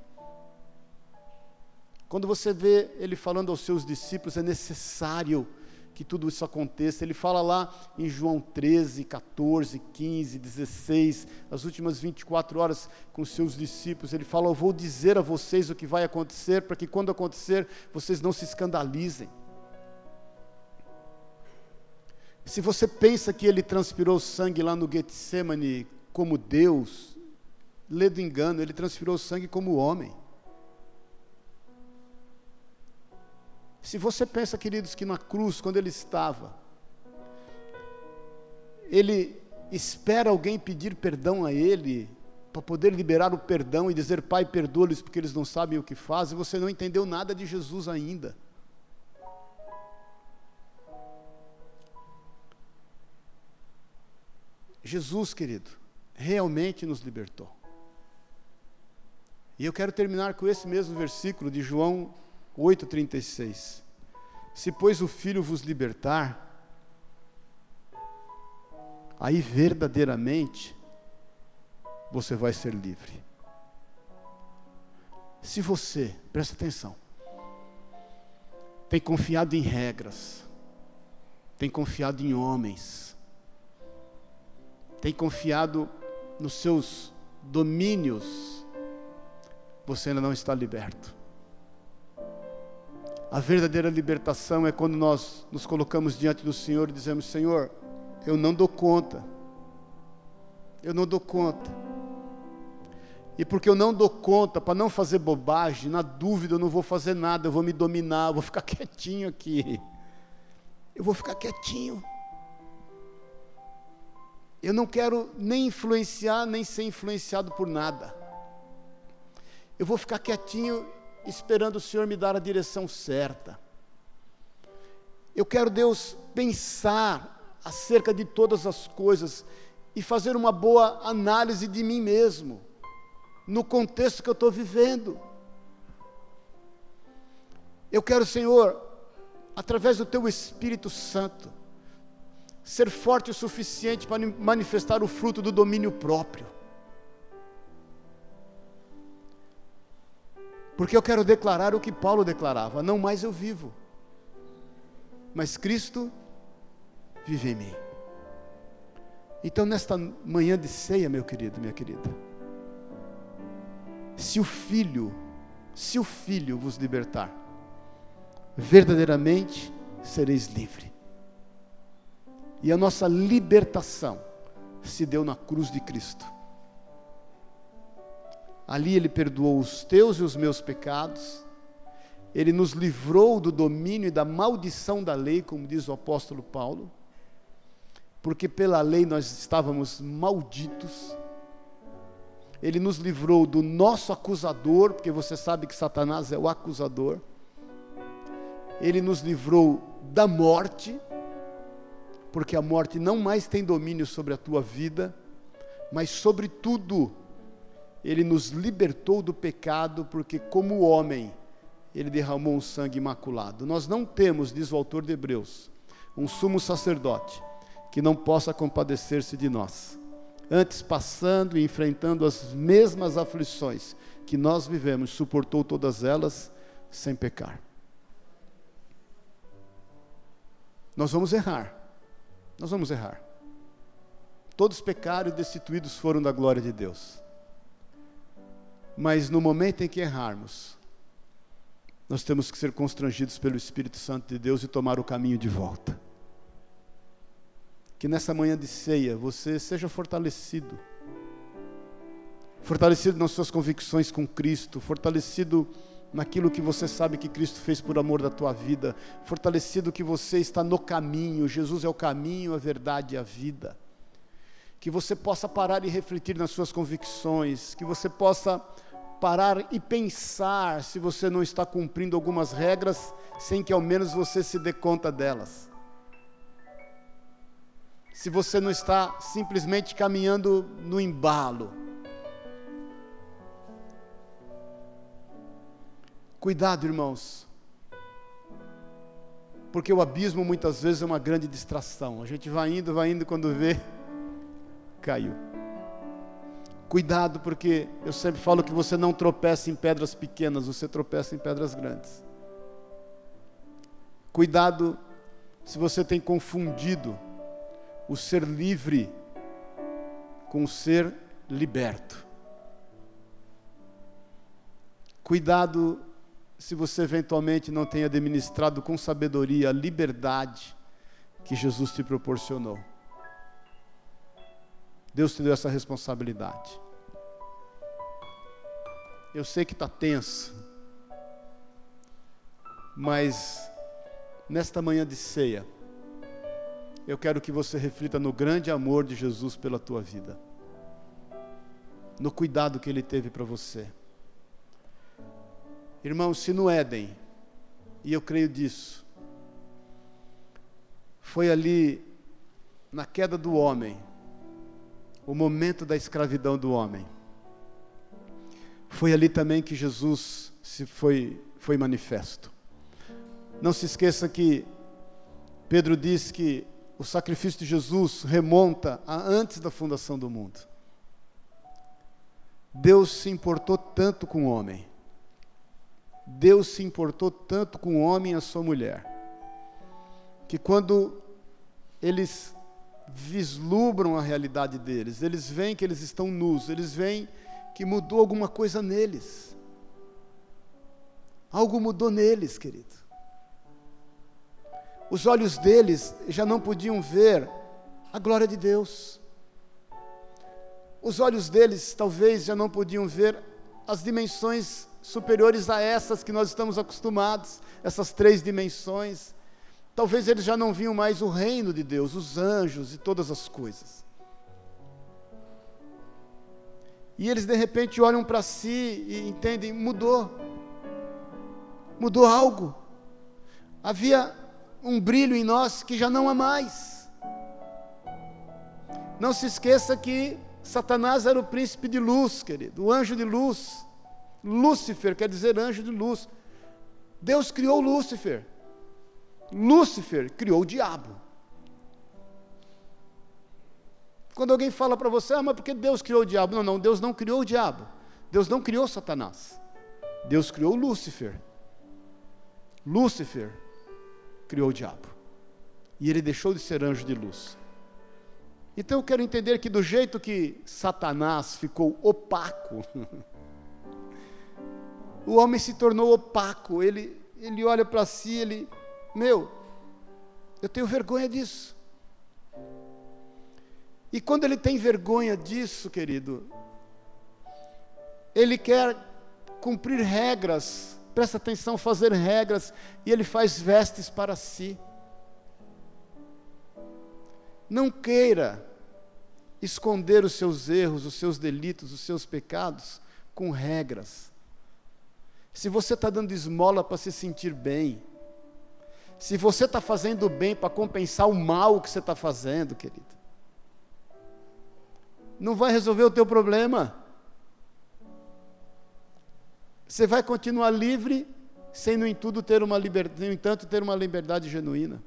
Speaker 1: Quando você vê ele falando aos seus discípulos, é necessário que tudo isso aconteça. Ele fala lá em João treze, catorze, quinze, dezesseis, as últimas vinte e quatro horas com os seus discípulos, ele fala, eu vou dizer a vocês o que vai acontecer, para que quando acontecer, vocês não se escandalizem. Se você pensa que ele transpirou sangue lá no Getsemane como Deus, lê do engano, ele transpirou sangue como homem. Se você pensa, queridos, que na cruz, quando ele estava, ele espera alguém pedir perdão a ele, para poder liberar o perdão e dizer, Pai, perdoa-lhes porque eles não sabem o que fazem, você não entendeu nada de Jesus ainda. Jesus, querido, realmente nos libertou. E eu quero terminar com esse mesmo versículo de João oito, trinta e seis. Se, pois, o Filho vos libertar, aí verdadeiramente você vai ser livre. Se você, presta atenção, tem confiado em regras, tem confiado em homens, tem confiado nos seus domínios, você ainda não está liberto. A verdadeira libertação é quando nós nos colocamos diante do Senhor e dizemos: Senhor, eu não dou conta, eu não dou conta, e porque eu não dou conta, para não fazer bobagem, na dúvida eu não vou fazer nada, eu vou me dominar, eu vou ficar quietinho aqui, eu vou ficar quietinho, eu não quero nem influenciar, nem ser influenciado por nada, eu vou ficar quietinho, esperando o Senhor me dar a direção certa. Eu quero, Deus, pensar acerca de todas as coisas e fazer uma boa análise de mim mesmo, no contexto que eu estou vivendo. Eu quero, Senhor, através do Teu Espírito Santo, ser forte o suficiente para manifestar o fruto do domínio próprio. Porque eu quero declarar o que Paulo declarava: não mais eu vivo, mas Cristo vive em mim. Então, nesta manhã de ceia, meu querido, minha querida, se o Filho, se o Filho vos libertar, verdadeiramente sereis livres. E a nossa libertação se deu na cruz de Cristo. Ali Ele perdoou os teus e os meus pecados, Ele nos livrou do domínio e da maldição da lei, como diz o apóstolo Paulo, porque pela lei nós estávamos malditos. Ele nos livrou do nosso acusador, porque você sabe que Satanás é o acusador. Ele nos livrou da morte, porque a morte não mais tem domínio sobre a tua vida, mas sobre tudo, Ele nos libertou do pecado, porque como homem, Ele derramou um sangue imaculado. Nós não temos, diz o autor de Hebreus, um sumo sacerdote, que não possa compadecer-se de nós, antes passando e enfrentando as mesmas aflições que nós vivemos, suportou todas elas, sem pecar. Nós vamos errar, nós vamos errar, todos pecaram e destituídos foram da glória de Deus. Mas no momento em que errarmos, nós temos que ser constrangidos pelo Espírito Santo de Deus e tomar o caminho de volta. Que nessa manhã de ceia você seja fortalecido, fortalecido nas suas convicções com Cristo, fortalecido naquilo que você sabe que Cristo fez por amor da tua vida, fortalecido que você está no caminho, Jesus é o caminho, a verdade e a vida. Que você possa parar e refletir nas suas convicções, que você possa parar e pensar se você não está cumprindo algumas regras, sem que ao menos você se dê conta delas. Se você não está simplesmente caminhando no embalo. Cuidado, irmãos, porque o abismo muitas vezes é uma grande distração. A gente vai indo, vai indo, quando vê, caiu. Cuidado, porque eu sempre falo que você não tropeça em pedras pequenas, você tropeça em pedras grandes. Cuidado se você tem confundido o ser livre com o ser liberto. Cuidado se você eventualmente não tem administrado com sabedoria a liberdade que Jesus te proporcionou. Deus te deu essa responsabilidade. Eu sei que está tenso, mas nesta manhã de ceia, eu quero que você reflita no grande amor de Jesus pela tua vida, no cuidado que Ele teve para você. Irmão, se no Éden, e eu creio disso, foi ali, na queda do homem, o momento da escravidão do homem, foi ali também que Jesus se foi, foi manifesto. Não se esqueça que Pedro diz que o sacrifício de Jesus remonta a antes da fundação do mundo. Deus se importou tanto com o homem. Deus se importou tanto com o homem e a sua mulher, que quando eles vislumbram a realidade deles, eles veem que eles estão nus, eles veem que mudou alguma coisa neles. Algo mudou neles, querido. Os olhos deles já não podiam ver a glória de Deus. Os olhos deles talvez já não podiam ver as dimensões superiores a essas que nós estamos acostumados, essas três dimensões. Talvez eles já não viam mais o reino de Deus, os anjos e todas as coisas. E eles de repente olham para si e entendem, mudou. Mudou algo. Havia um brilho em nós que já não há mais. Não se esqueça que Satanás era o príncipe de luz, querido, o anjo de luz. Lúcifer quer dizer anjo de luz. Deus criou Lúcifer. Lúcifer criou o diabo. Quando alguém fala para você, ah, mas por que Deus criou o diabo? Não, não, Deus não criou o diabo. Deus não criou Satanás. Deus criou Lúcifer. Lúcifer criou o diabo. E ele deixou de ser anjo de luz. Então eu quero entender que do jeito que Satanás ficou opaco, o homem se tornou opaco. Ele, ele olha para si, ele, meu, eu tenho vergonha disso. E quando ele tem vergonha disso, querido, ele quer cumprir regras, presta atenção, fazer regras, e ele faz vestes para si. Não queira esconder os seus erros, os seus delitos, os seus pecados com regras. Se você está dando esmola para se sentir bem, se você está fazendo bem para compensar o mal que você está fazendo, querido, não vai resolver o teu problema. Você vai continuar livre, sem no entanto ter uma liberdade, no entanto ter uma liberdade genuína.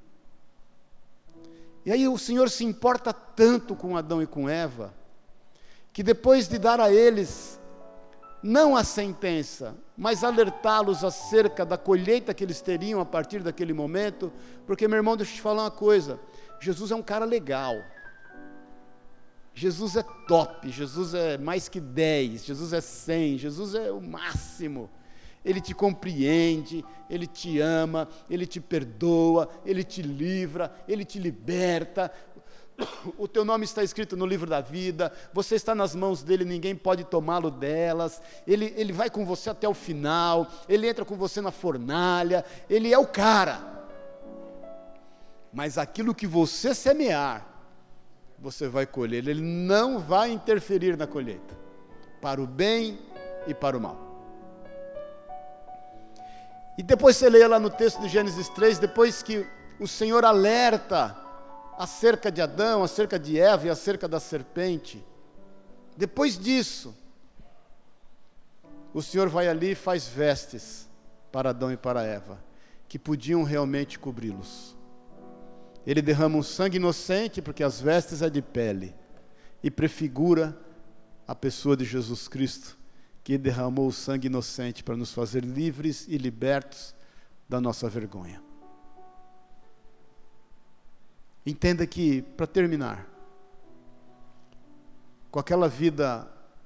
Speaker 1: E aí o Senhor se importa tanto com Adão e com Eva, que depois de dar a eles, não a sentença, mas alertá-los acerca da colheita que eles teriam a partir daquele momento, porque, meu irmão, deixa eu te falar uma coisa, Jesus é um cara legal, Jesus é top, Jesus é mais que dez, Jesus é cem, Jesus é o máximo. Ele te compreende, Ele te ama, Ele te perdoa, Ele te livra, Ele te liberta. O teu nome está escrito no livro da vida, você está nas mãos dEle, ninguém pode tomá-lo delas. Ele, ele vai com você até o final, Ele entra com você na fornalha, Ele é o cara. Mas aquilo que você semear, você vai colher. Ele não vai interferir na colheita, para o bem e para o mal. E depois você leia lá no texto de Gênesis três, depois que o Senhor alerta acerca de Adão, acerca de Eva e acerca da serpente, depois disso, o Senhor vai ali e faz vestes para Adão e para Eva, que podiam realmente cobri-los. Ele derrama um sangue inocente, porque as vestes é de pele, e prefigura a pessoa de Jesus Cristo, que derramou o sangue inocente para nos fazer livres e libertos da nossa vergonha. Entenda que, para terminar, com aquela vida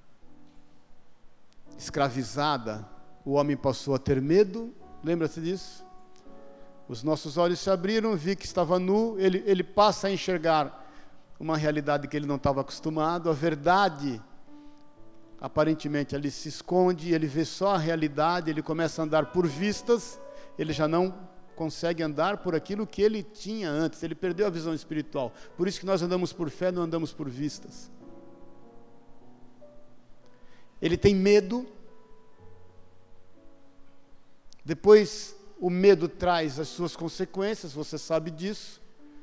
Speaker 1: escravizada, o homem passou a ter medo, lembra-se disso? Os nossos olhos se abriram, vi que estava nu, ele, ele passa a enxergar uma realidade que ele não estava acostumado, a verdade, aparentemente, ali se esconde, ele vê só a realidade, ele começa a andar por vistas, ele já não consegue andar por aquilo que ele tinha antes, ele perdeu a visão espiritual, por isso que nós andamos por fé, não andamos por vistas. Ele tem medo, depois o medo traz as suas consequências, você sabe disso,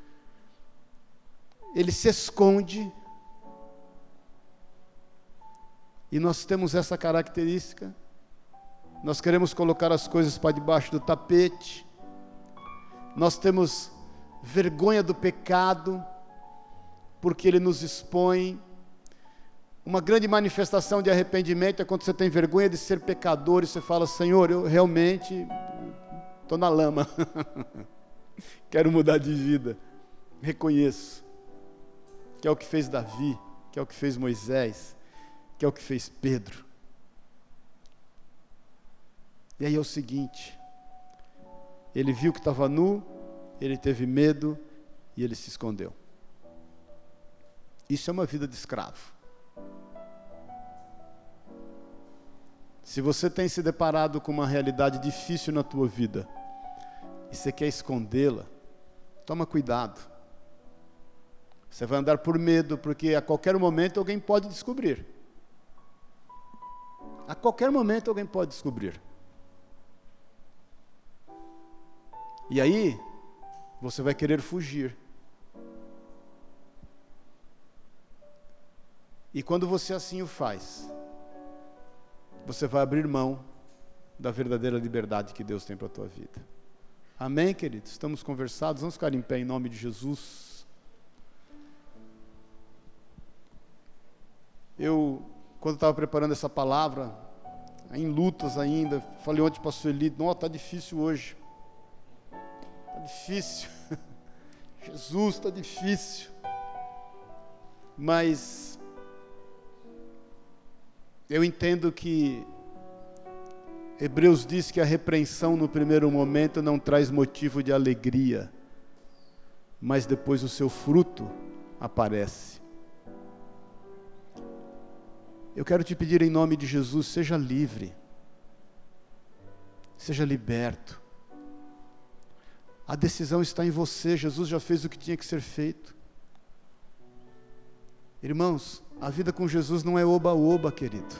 Speaker 1: ele se esconde, e nós temos essa característica, nós queremos colocar as coisas para debaixo do tapete, nós temos vergonha do pecado, porque ele nos expõe. Uma grande manifestação de arrependimento é quando você tem vergonha de ser pecador e você fala: Senhor, eu realmente estou na lama, quero mudar de vida. Reconheço que é o que fez Davi, que é o que fez Moisés, que é o que fez Pedro. E aí é o seguinte: ele viu que estava nu, ele teve medo e ele se escondeu. Isso é uma vida de escravo. Se você tem se deparado com uma realidade difícil na tua vida e você quer escondê-la, toma cuidado. Você vai andar por medo, porque a qualquer momento alguém pode descobrir. A qualquer momento alguém pode descobrir. E aí, você vai querer fugir. E quando você assim o faz, você vai abrir mão da verdadeira liberdade que Deus tem para a tua vida. Amém, queridos? Estamos conversados? Vamos ficar em pé em nome de Jesus. Eu, quando estava preparando essa palavra, em lutas ainda, falei ontem para o pastor Eli: não, está difícil hoje. Está difícil. Jesus, está difícil. Mas eu entendo que Hebreus diz que a repreensão no primeiro momento não traz motivo de alegria, mas depois o seu fruto aparece. Eu quero te pedir em nome de Jesus: seja livre, seja liberto. A decisão está em você. Jesus já fez o que tinha que ser feito. Irmãos, a vida com Jesus não é oba-oba, querido.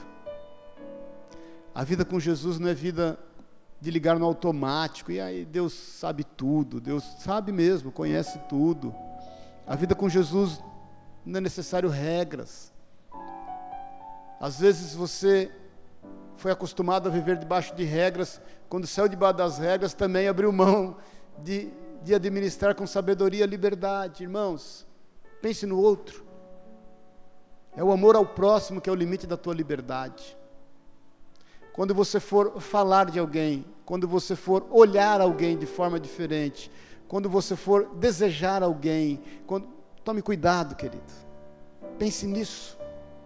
Speaker 1: A vida com Jesus não é vida de ligar no automático, e aí Deus sabe tudo. Deus sabe mesmo, conhece tudo. A vida com Jesus não é necessário regras. Às vezes você foi acostumado a viver debaixo de regras, quando saiu debaixo das regras também abriu mão de, de administrar com sabedoria a liberdade. Irmãos, pense no outro. É o amor ao próximo que é o limite da tua liberdade. Quando você for falar de alguém, quando você for olhar alguém de forma diferente, quando você for desejar alguém, quando... tome cuidado, querido. Pense nisso.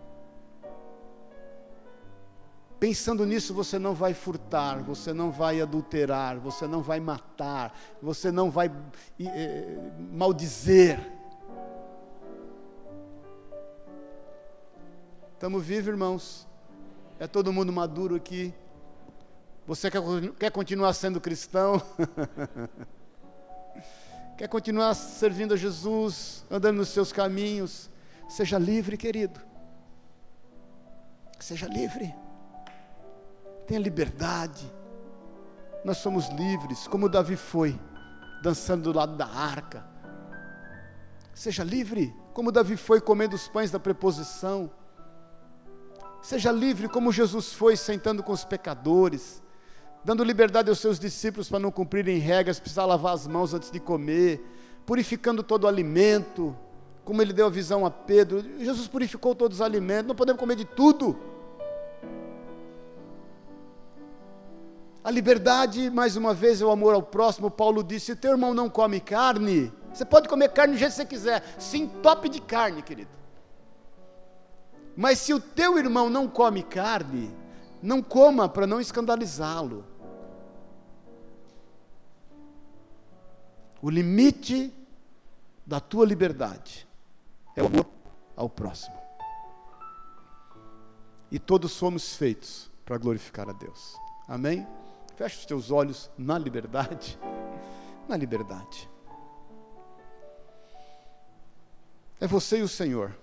Speaker 1: Pensando nisso, você não vai furtar, você não vai adulterar, você não vai matar, você não vai eh, maldizer. Estamos vivos, irmãos? É todo mundo maduro aqui? Você quer, quer continuar sendo cristão? Quer continuar servindo a Jesus, andando nos seus caminhos? Seja livre, querido. Seja livre. Tenha liberdade. Nós somos livres, como Davi foi, dançando do lado da arca. Seja livre, como Davi foi, comendo os pães da preposição. Seja livre, como Jesus foi, sentando com os pecadores, dando liberdade aos seus discípulos para não cumprirem regras, precisar lavar as mãos antes de comer, purificando todo o alimento, como ele deu a visão a Pedro. Jesus purificou todos os alimentos. Não podemos comer de tudo. A liberdade, mais uma vez, é o amor ao próximo. Paulo disse: se teu irmão não come carne, você pode comer carne do jeito que você quiser, se entope de carne, querido. Mas se o teu irmão não come carne, não coma para não escandalizá-lo. O limite da tua liberdade é o amor ao próximo. E todos fomos feitos para glorificar a Deus. Amém? Feche os teus olhos na liberdade. Na liberdade. É você e o Senhor.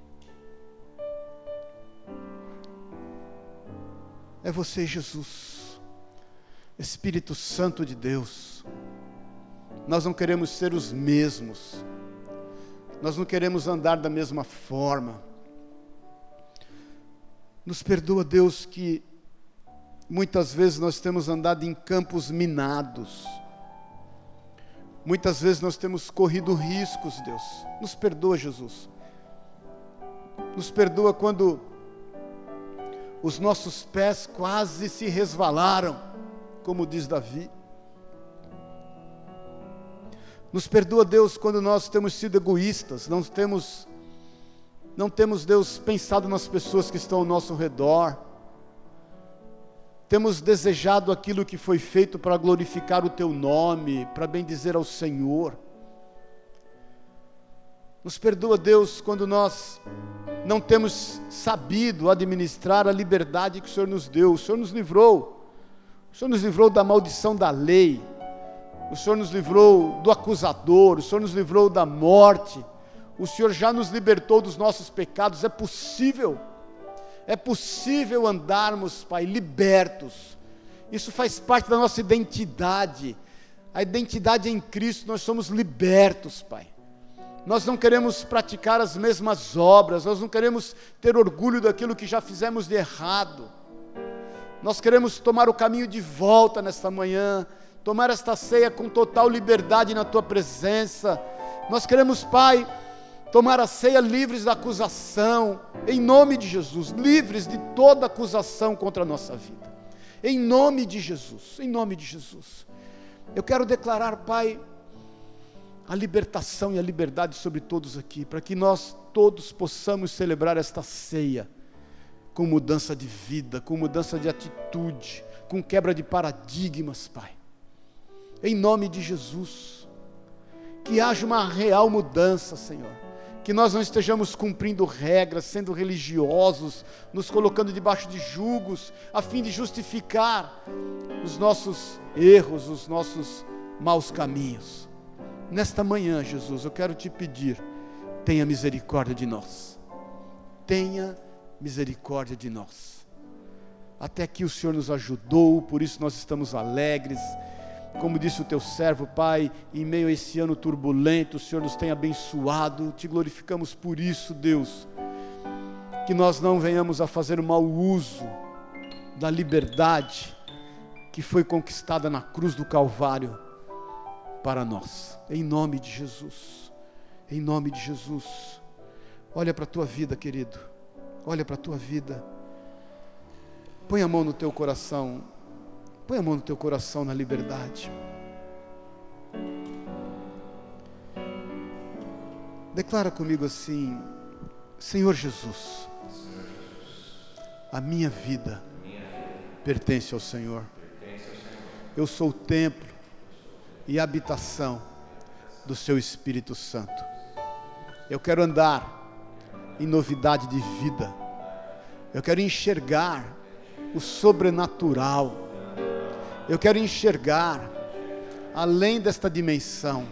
Speaker 1: É você e Jesus. Espírito Santo de Deus. Nós não queremos ser os mesmos. Nós não queremos andar da mesma forma. Nos perdoa, Deus, que muitas vezes nós temos andado em campos minados. Muitas vezes nós temos corrido riscos, Deus. Nos perdoa, Jesus. Nos perdoa quando os nossos pés quase se resvalaram, como diz Davi. Nos perdoa, Deus, quando nós temos sido egoístas, não temos, não temos, Deus, pensado nas pessoas que estão ao nosso redor. Temos desejado aquilo que foi feito para glorificar o Teu nome, para bendizer ao Senhor. Nos perdoa, Deus, quando nós não temos sabido administrar a liberdade que o Senhor nos deu. O Senhor nos livrou. O Senhor nos livrou da maldição da lei. O Senhor nos livrou do acusador. O Senhor nos livrou da morte. O Senhor já nos libertou dos nossos pecados. É possível. É possível andarmos, Pai, libertos. Isso faz parte da nossa identidade. A identidade em Cristo, nós somos libertos, Pai. Nós não queremos praticar as mesmas obras, nós não queremos ter orgulho daquilo que já fizemos de errado. Nós queremos tomar o caminho de volta nesta manhã, tomar esta ceia com total liberdade na Tua presença. Nós queremos, Pai, tomar a ceia livres da acusação, em nome de Jesus, livres de toda acusação contra a nossa vida, em nome de Jesus, em nome de Jesus. Eu quero declarar, Pai, a libertação e a liberdade sobre todos aqui, para que nós todos possamos celebrar esta ceia, com mudança de vida, com mudança de atitude, com quebra de paradigmas, Pai, em nome de Jesus, que haja uma real mudança, Senhor, que nós não estejamos cumprindo regras, sendo religiosos, nos colocando debaixo de julgos, a fim de justificar os nossos erros, os nossos maus caminhos. Nesta manhã, Jesus, eu quero te pedir, tenha misericórdia de nós, tenha misericórdia de nós. Até aqui o Senhor nos ajudou, por isso nós estamos alegres. Como disse o teu servo, Pai, em meio a esse ano turbulento, o Senhor nos tem abençoado, te glorificamos por isso, Deus, que nós não venhamos a fazer o mau uso da liberdade que foi conquistada na cruz do Calvário para nós, em nome de Jesus, em nome de Jesus. Olha para a tua vida, querido, olha para a tua vida, põe a mão no teu coração, põe a mão no teu coração na liberdade. Declara comigo assim: Senhor Jesus, a minha vida pertence ao Senhor. Eu sou o templo e habitação do Seu Espírito Santo. Eu quero andar em novidade de vida. Eu quero enxergar o sobrenatural. Eu quero enxergar além desta dimensão.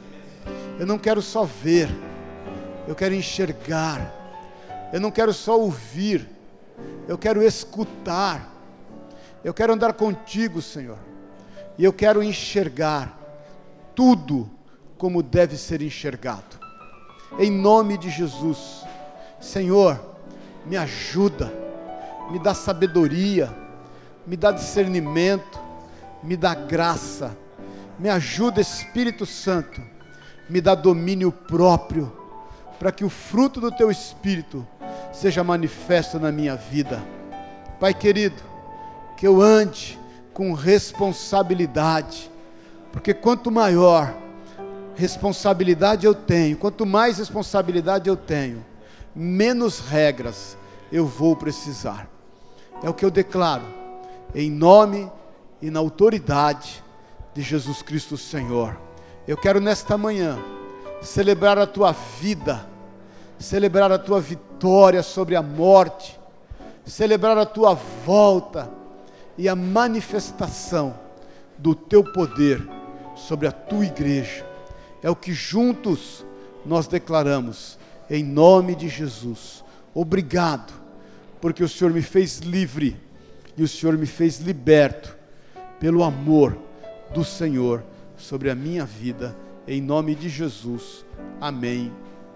Speaker 1: Eu não quero só ver, eu quero enxergar. Eu não quero só ouvir, eu quero escutar. Eu quero andar contigo, Senhor, e eu quero enxergar tudo como deve ser enxergado, em nome de Jesus. Senhor, me ajuda, me dá sabedoria, me dá discernimento, me dá graça, me ajuda, Espírito Santo, me dá domínio próprio, para que o fruto do Teu Espírito seja manifesto na minha vida. Pai querido, que eu ande com responsabilidade, porque quanto maior responsabilidade eu tenho, quanto mais responsabilidade eu tenho, menos regras eu vou precisar. É o que eu declaro, em nome e na autoridade de Jesus Cristo Senhor. Eu quero nesta manhã celebrar a Tua vida, celebrar a Tua vitória sobre a morte, celebrar a Tua volta e a manifestação do Teu poder sobre a Tua igreja. É o que juntos nós declaramos, em nome de Jesus. Obrigado, porque o Senhor me fez livre e o Senhor me fez liberto pelo amor do Senhor sobre a minha vida, em nome de Jesus. Amém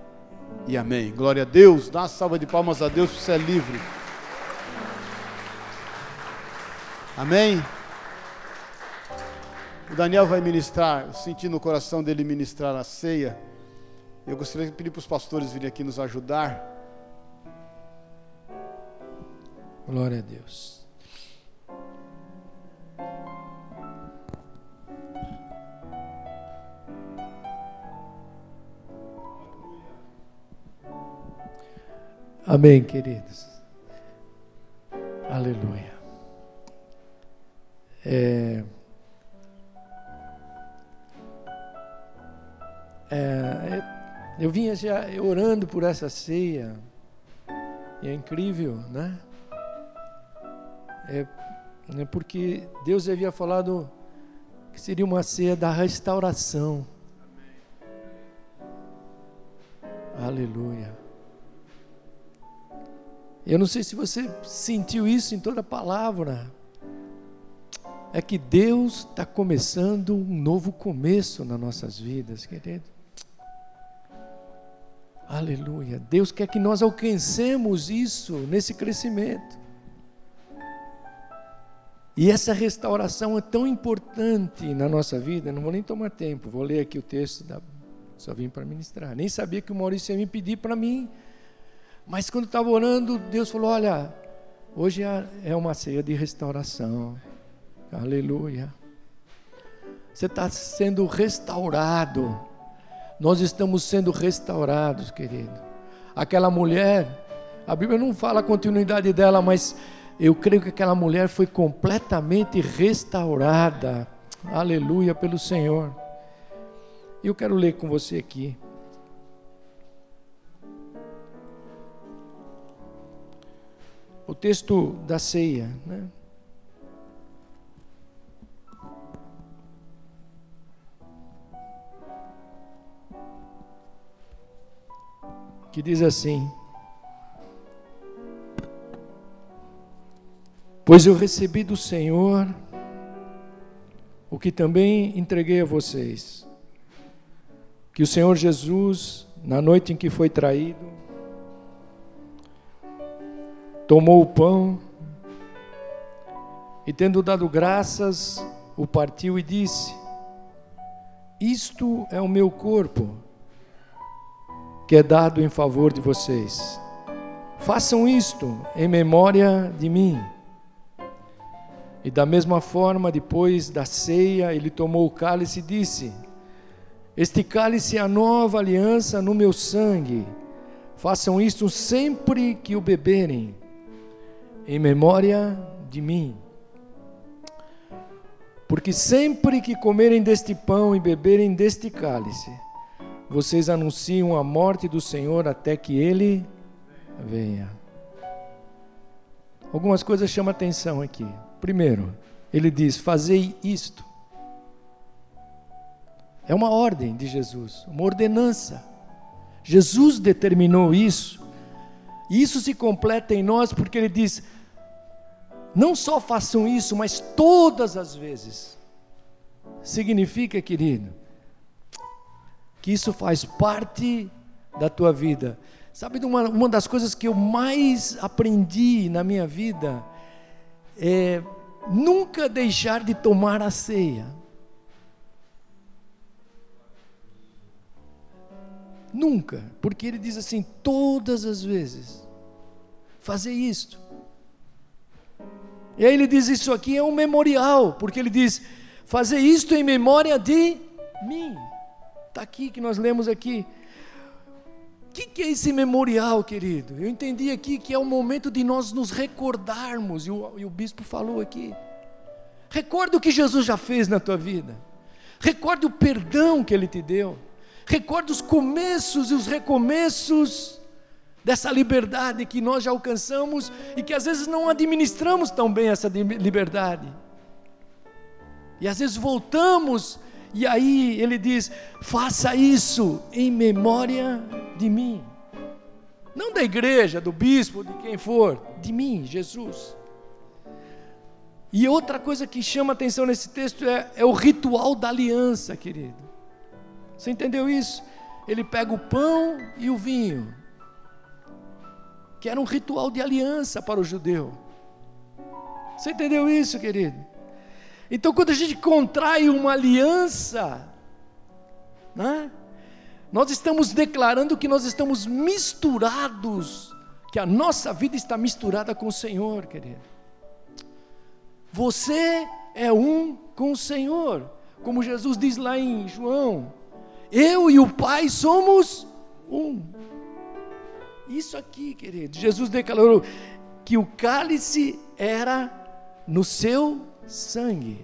Speaker 1: e amém. Glória a Deus. Dá uma salva de palmas a Deus, você é livre. Amém? O Daniel vai ministrar, eu senti no coração dele ministrar a ceia. Eu gostaria de pedir para os pastores virem aqui nos ajudar.
Speaker 2: Glória a Deus. Amém, queridos. Aleluia. É, é, eu vinha já orando por essa ceia, e é incrível, né? É, é porque Deus havia falado que seria uma ceia da restauração. Aleluia. Eu não sei se você sentiu isso em toda a palavra. É que Deus está começando um novo começo nas nossas vidas, querido. Aleluia. Deus quer que nós alcancemos isso nesse crescimento. E essa restauração é tão importante na nossa vida. Não vou nem tomar tempo, vou ler aqui o texto, da... só vim para ministrar. Nem sabia que o Maurício ia me pedir para mim. Mas quando estava orando, Deus falou, olha, hoje é uma ceia de restauração. Aleluia. Você está sendo restaurado. Nós estamos sendo restaurados, querido. Aquela mulher, a Bíblia não fala a continuidade dela, mas eu creio que aquela mulher foi completamente restaurada. Aleluia, pelo Senhor. Eu quero ler com você aqui. O texto da ceia, né? Que diz assim: pois eu recebi do Senhor o que também entreguei a vocês, que o Senhor Jesus, na noite em que foi traído, tomou o pão e, tendo dado graças, o partiu e disse: isto é o meu corpo, que é dado em favor de vocês. Façam isto em memória de mim. E da mesma forma, depois da ceia, ele tomou o cálice e disse: este cálice é a nova aliança no meu sangue. Façam isto sempre que o beberem, em memória de mim. Porque sempre que comerem deste pão e beberem deste cálice, vocês anunciam a morte do Senhor até que Ele venha. Algumas coisas chamam a atenção aqui. Primeiro, ele diz: fazei isto. É uma ordem de Jesus, uma ordenança. Jesus determinou isso. E isso se completa em nós porque ele diz: não só façam isso, mas todas as vezes. Significa, querido, que isso faz parte da tua vida. Sabe, uma, uma das coisas que eu mais aprendi na minha vida é nunca deixar de tomar a ceia. Nunca, porque ele diz assim, todas as vezes, fazer isto. E aí ele diz, isso aqui é um memorial, porque ele diz, fazer isto em memória de mim. Está aqui, que nós lemos aqui. O que, que é esse memorial, querido? Eu entendi aqui que é o momento de nós nos recordarmos, e o, e o bispo falou aqui. Recorda o que Jesus já fez na tua vida. Recorda o perdão que Ele te deu. Recorda os começos e os recomeços dessa liberdade que nós já alcançamos e que às vezes não administramos tão bem essa liberdade. E às vezes voltamos, e aí ele diz, faça isso em memória de mim. Não da igreja, do bispo, de quem for, de mim, Jesus. E outra coisa que chama atenção nesse texto é, é o ritual da aliança, querido. Você entendeu isso? Ele pega o pão e o vinho, que era um ritual de aliança para o judeu. Você entendeu isso, querido? Então, quando a gente contrai uma aliança, né, nós estamos declarando que nós estamos misturados, que a nossa vida está misturada com o Senhor, querido. Você é um com o Senhor, como Jesus diz lá em João, eu e o Pai somos um. Isso aqui, querido, Jesus declarou que o cálice era no seu sangue,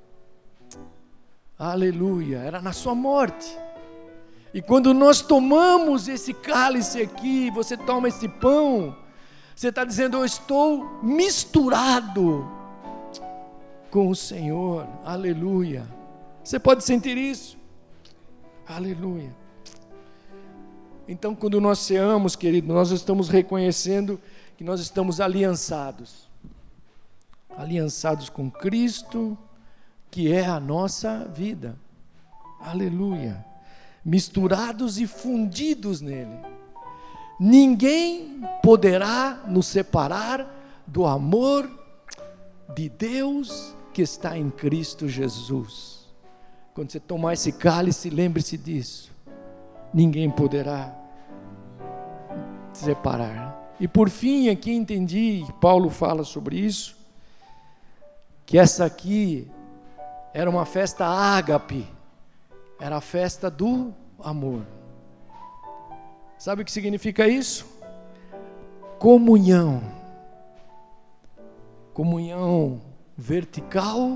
Speaker 2: aleluia, era na sua morte. E quando nós tomamos esse cálice aqui, você toma esse pão, você está dizendo, eu estou misturado com o Senhor, aleluia. Você pode sentir isso? Aleluia. Então, quando nós ceamos, querido, nós estamos reconhecendo que nós estamos aliançados, aliançados com Cristo, que é a nossa vida, aleluia, misturados e fundidos nele. Ninguém poderá nos separar do amor de Deus que está em Cristo Jesus. Quando você tomar esse cálice, lembre-se disso. Ninguém poderá separar. E por fim, aqui entendi, Paulo fala sobre isso, que essa aqui era uma festa ágape, era a festa do amor. Sabe o que significa isso? Comunhão. Comunhão vertical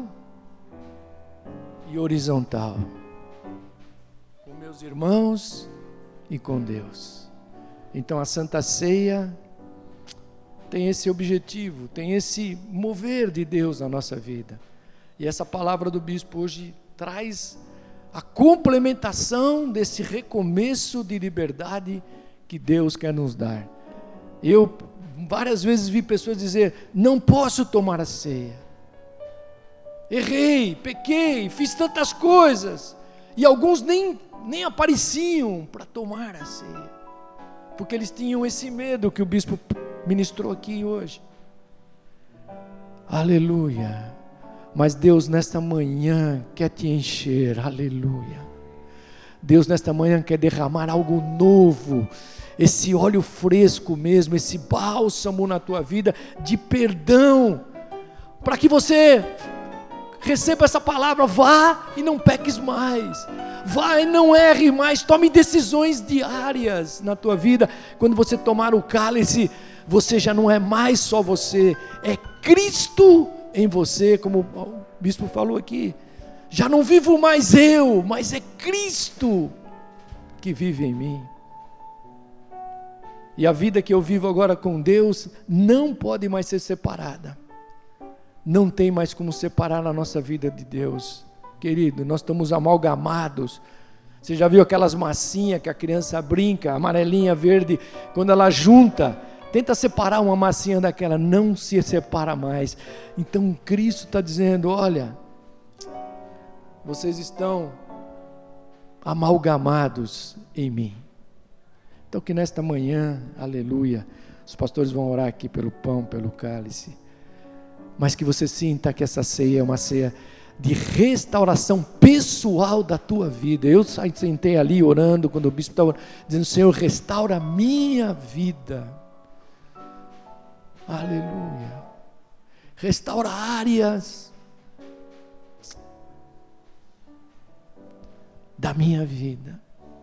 Speaker 2: e horizontal. Com meus irmãos e com Deus. Então a Santa Ceia tem esse objetivo, tem esse mover de Deus na nossa vida. E essa palavra do bispo hoje traz a complementação desse recomeço de liberdade que Deus quer nos dar. Eu várias vezes vi pessoas dizer, não posso tomar a ceia. Errei, pequei, fiz tantas coisas. E alguns nem, nem apareciam para tomar a ceia. Porque eles tinham esse medo que o bispo ministrou aqui hoje. Aleluia. Mas Deus nesta manhã quer te encher, aleluia. Deus nesta manhã quer derramar algo novo, esse óleo fresco mesmo, esse bálsamo na tua vida de perdão, para que você receba essa palavra, vá e não peques mais, vá e não erre mais, tome decisões diárias na tua vida. Quando você tomar o cálice, você já não é mais só você, é Cristo em você, como o bispo falou aqui. Já não vivo mais eu, mas é Cristo que vive em mim. E a vida que eu vivo agora com Deus não pode mais ser separada. Não tem mais como separar a nossa vida de Deus. Querido, nós estamos amalgamados. Você já viu aquelas massinhas que a criança brinca, amarelinha, verde, quando ela junta, tenta separar uma massinha daquela, não se separa mais. Então Cristo está dizendo, olha, vocês estão amalgamados em mim. Então que nesta manhã, aleluia, os pastores vão orar aqui pelo pão, pelo cálice, mas que você sinta que essa ceia é uma ceia de restauração pessoal da tua vida. Eu sentei ali orando, quando o bispo estava dizendo, Senhor, restaura a minha vida. Aleluia. Restaura áreas da minha vida.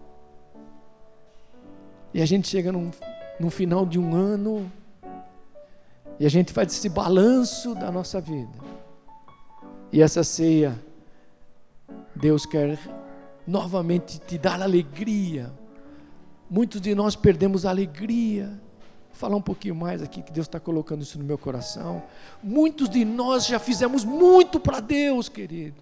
Speaker 2: E a gente chega num, no final de um ano e a gente faz esse balanço da nossa vida. E essa ceia, Deus quer novamente te dar alegria. Muitos de nós perdemos a alegria. Vou falar um pouquinho mais aqui, que Deus está colocando isso no meu coração. Muitos de nós já fizemos muito para Deus, querido.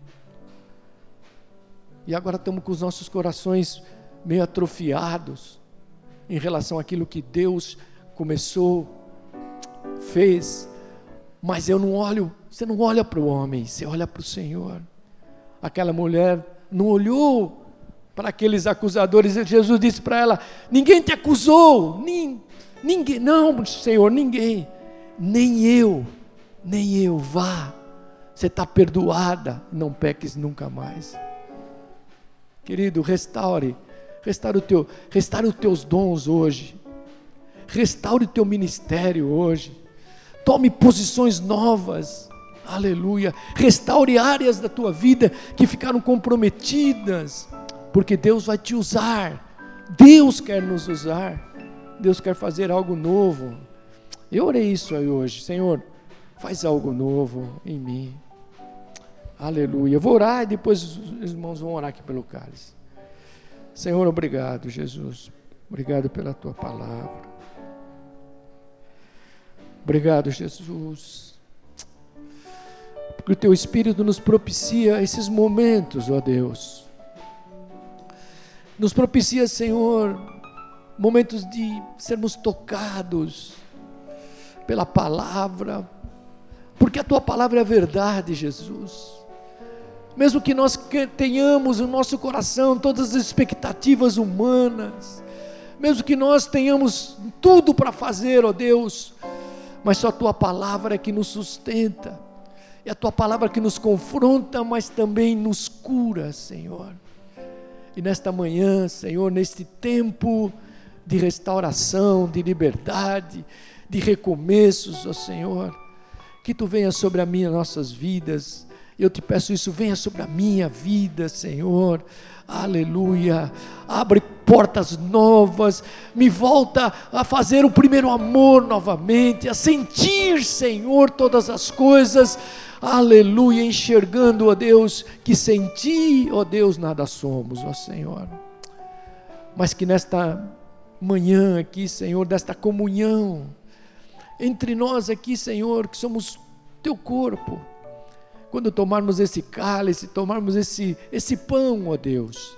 Speaker 2: E agora estamos com os nossos corações meio atrofiados em relação àquilo que Deus começou, fez. Mas eu não olho, você não olha para o homem, você olha para o Senhor. Aquela mulher não olhou para aqueles acusadores. Jesus disse para ela, ninguém te acusou, nem, ninguém, não Senhor, ninguém, nem eu nem eu, vá, você está perdoada, não peques nunca mais. Querido, restaure, restaure, o teu, restaure os teus dons hoje, restaure o teu ministério hoje, tome posições novas, aleluia, restaure áreas da tua vida que ficaram comprometidas, porque Deus vai te usar, Deus quer nos usar, Deus quer fazer algo novo. Eu orei isso aí hoje, Senhor, faz algo novo em mim, aleluia. Eu vou orar e depois os irmãos vão orar aqui pelo cálice. Senhor, obrigado, Jesus, obrigado pela tua palavra, obrigado, Jesus, porque o teu Espírito nos propicia esses momentos, ó Deus, nos propicia, Senhor, momentos de sermos tocados pela palavra, porque a tua palavra é a verdade, Jesus. Mesmo que nós tenhamos no nosso coração todas as expectativas humanas, mesmo que nós tenhamos tudo para fazer, ó Deus, mas só a tua palavra é que nos sustenta, é a tua palavra que nos confronta, mas também nos cura, Senhor. E nesta manhã, Senhor, neste tempo de restauração, de liberdade, de recomeços, ó Senhor, que tu venha sobre a minha, nossas vidas. Eu te peço isso, venha sobre a minha vida, Senhor, aleluia, abre portas novas, me volta a fazer o primeiro amor novamente, a sentir, Senhor, todas as coisas, aleluia, enxergando, ó Deus, que sem ti, ó Deus, nada somos, ó Senhor, mas que nesta manhã aqui, Senhor, desta comunhão, entre nós aqui, Senhor, que somos teu corpo, quando tomarmos esse cálice, tomarmos esse, esse pão, ó Deus,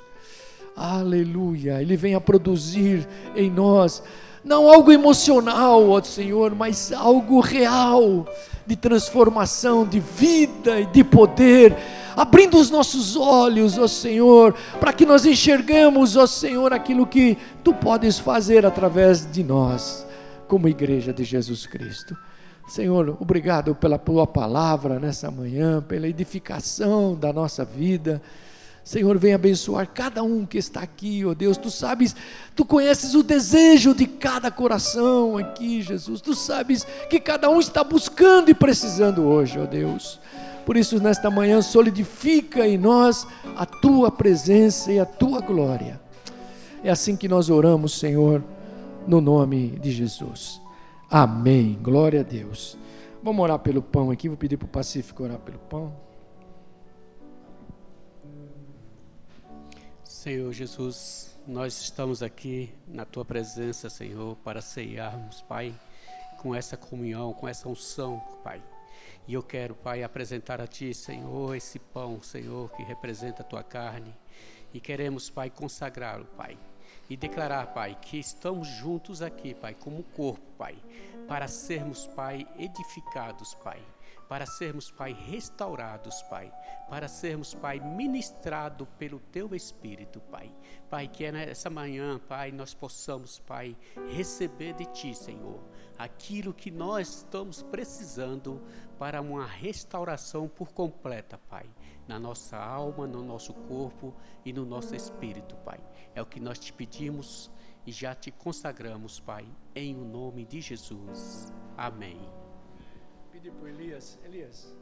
Speaker 2: aleluia, ele vem a produzir em nós, não algo emocional, ó Senhor, mas algo real, de transformação, de vida e de poder, abrindo os nossos olhos, ó Senhor, para que nós enxergamos, ó Senhor, aquilo que tu podes fazer através de nós, como igreja de Jesus Cristo. Senhor, obrigado pela tua palavra nessa manhã, pela edificação da nossa vida. Senhor, vem abençoar cada um que está aqui, ó Deus, tu sabes, tu conheces o desejo de cada coração aqui, Jesus, tu sabes que cada um está buscando e precisando hoje, ó Deus, por isso nesta manhã solidifica em nós a tua presença e a tua glória, é assim que nós oramos, Senhor, no nome de Jesus, amém, glória a Deus. Vamos orar pelo pão aqui, vou pedir para o Pacífico orar pelo pão.
Speaker 3: Senhor Jesus, nós estamos aqui na Tua presença, Senhor, para ceiarmos, Pai, com essa comunhão, com essa unção, Pai. E eu quero, Pai, apresentar a Ti, Senhor, esse pão, Senhor, que representa a Tua carne. E queremos, Pai, consagrá-lo, Pai. E declarar, Pai, que estamos juntos aqui, Pai, como corpo, Pai, para sermos, Pai, edificados, Pai. Para sermos, Pai, restaurados, Pai, para sermos, Pai, ministrado pelo Teu Espírito, Pai. Pai, que é nessa manhã, Pai, nós possamos, Pai, receber de Ti, Senhor, aquilo que nós estamos precisando para uma restauração por completa, Pai, na nossa alma, no nosso corpo e no nosso espírito, Pai. É o que nós te pedimos e já te consagramos, Pai, em o nome de Jesus. Amém.
Speaker 2: Pedir para Elias, Elias.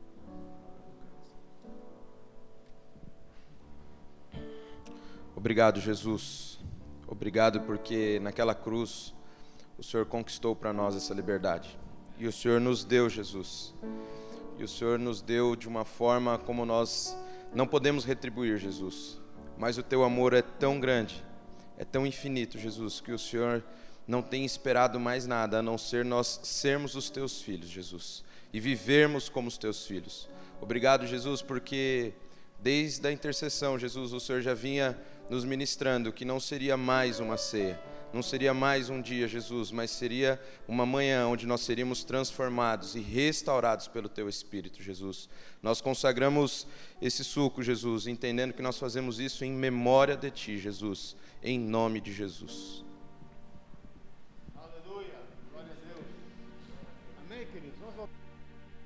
Speaker 4: Obrigado, Jesus. Obrigado porque naquela cruz o Senhor conquistou para nós essa liberdade. E o Senhor nos deu, Jesus. E o Senhor nos deu de uma forma como nós não podemos retribuir, Jesus. Mas o Teu amor é tão grande, é tão infinito, Jesus, que o Senhor não tem esperado mais nada, a não ser nós sermos os Teus filhos, Jesus, e vivermos como os Teus filhos. Obrigado, Jesus, porque desde a intercessão, Jesus, o Senhor já vinha nos ministrando que não seria mais uma ceia, não seria mais um dia, Jesus, mas seria uma manhã onde nós seríamos transformados e restaurados pelo Teu Espírito, Jesus. Nós consagramos esse suco, Jesus, entendendo que nós fazemos isso em memória de Ti, Jesus, em nome de Jesus.
Speaker 1: Aleluia, glória a Deus. Amém, queridos? Vamos voltar.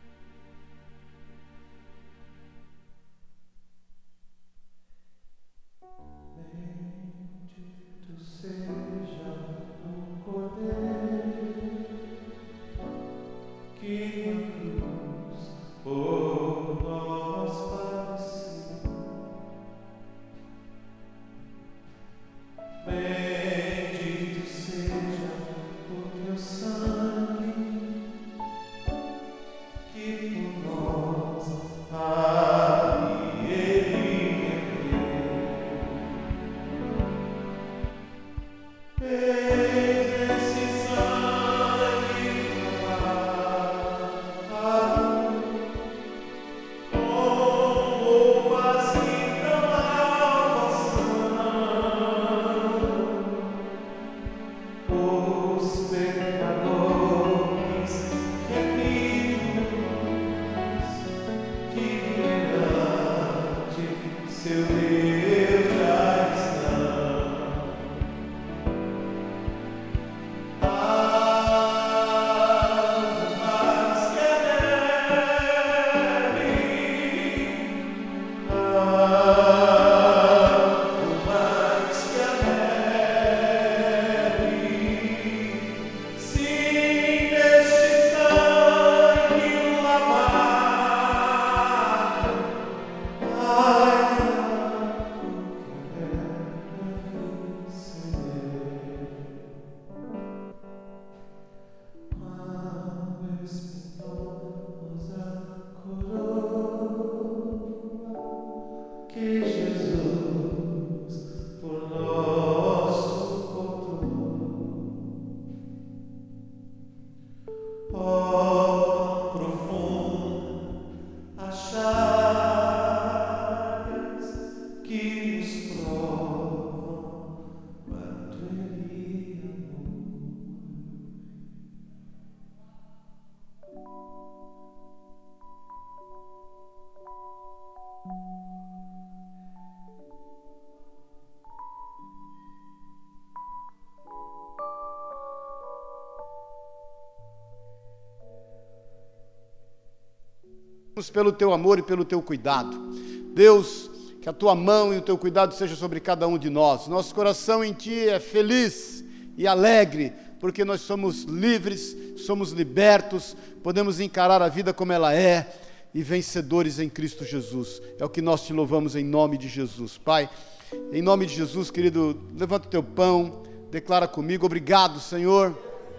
Speaker 1: Pelo teu amor e pelo teu cuidado. Deus, que a tua mão e o teu cuidado seja sobre cada um de nós. Nosso coração em ti é feliz e alegre, porque nós somos livres, somos libertos, podemos encarar a vida como ela é e vencedores em Cristo Jesus. É o que nós te louvamos em nome de Jesus. Pai, em nome de Jesus, querido, levanta o teu pão, declara comigo: obrigado, Senhor,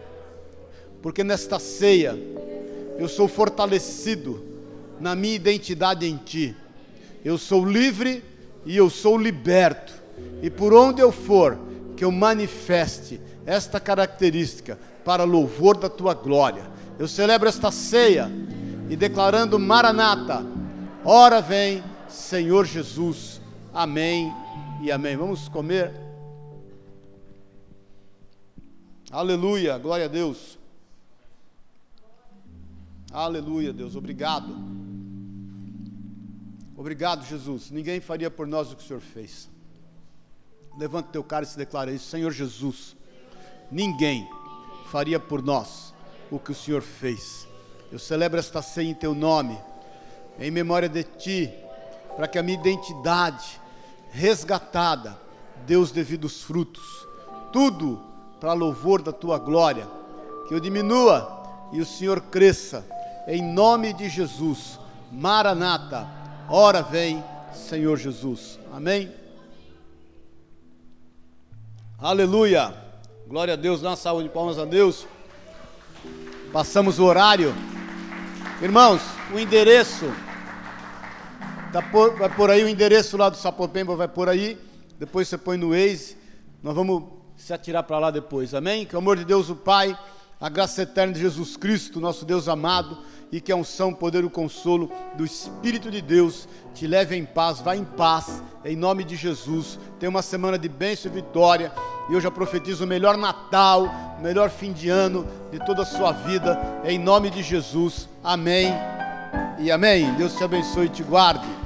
Speaker 1: porque nesta ceia eu sou fortalecido na minha identidade em ti. Eu sou livre e eu sou liberto, e por onde eu for, que eu manifeste esta característica para louvor da tua glória. Eu celebro esta ceia e declarando: Maranata, ora vem, Senhor Jesus. Amém e amém. Vamos comer. Aleluia, glória a Deus. Aleluia, Deus, obrigado. Obrigado, Jesus. Ninguém faria por nós o que o Senhor fez. Levanta o teu cálice e declara isso: Senhor Jesus, ninguém faria por nós o que o Senhor fez. Eu celebro esta ceia em teu nome, em memória de ti, para que a minha identidade resgatada dê os devidos frutos. Tudo para louvor da tua glória. Que eu diminua e o Senhor cresça. Em nome de Jesus. Maranata, ora vem, Senhor Jesus. Amém? Aleluia, glória a Deus. Dá uma salva de palmas a Deus. Passamos o horário. Irmãos, o endereço tá por, vai por aí, o endereço lá do Sapopemba vai por aí. Depois você põe no Waze. Nós vamos se atirar para lá depois, amém? Que o amor de Deus o Pai, a graça eterna de Jesus Cristo, nosso Deus amado, e que a unção, poder e o consolo do Espírito de Deus te leve em paz. Vá em paz, em nome de Jesus. Tenha uma semana de bênção e vitória, e eu já profetizo o melhor Natal, o melhor fim de ano de toda a sua vida, em nome de Jesus. Amém e amém. Deus te abençoe e te guarde.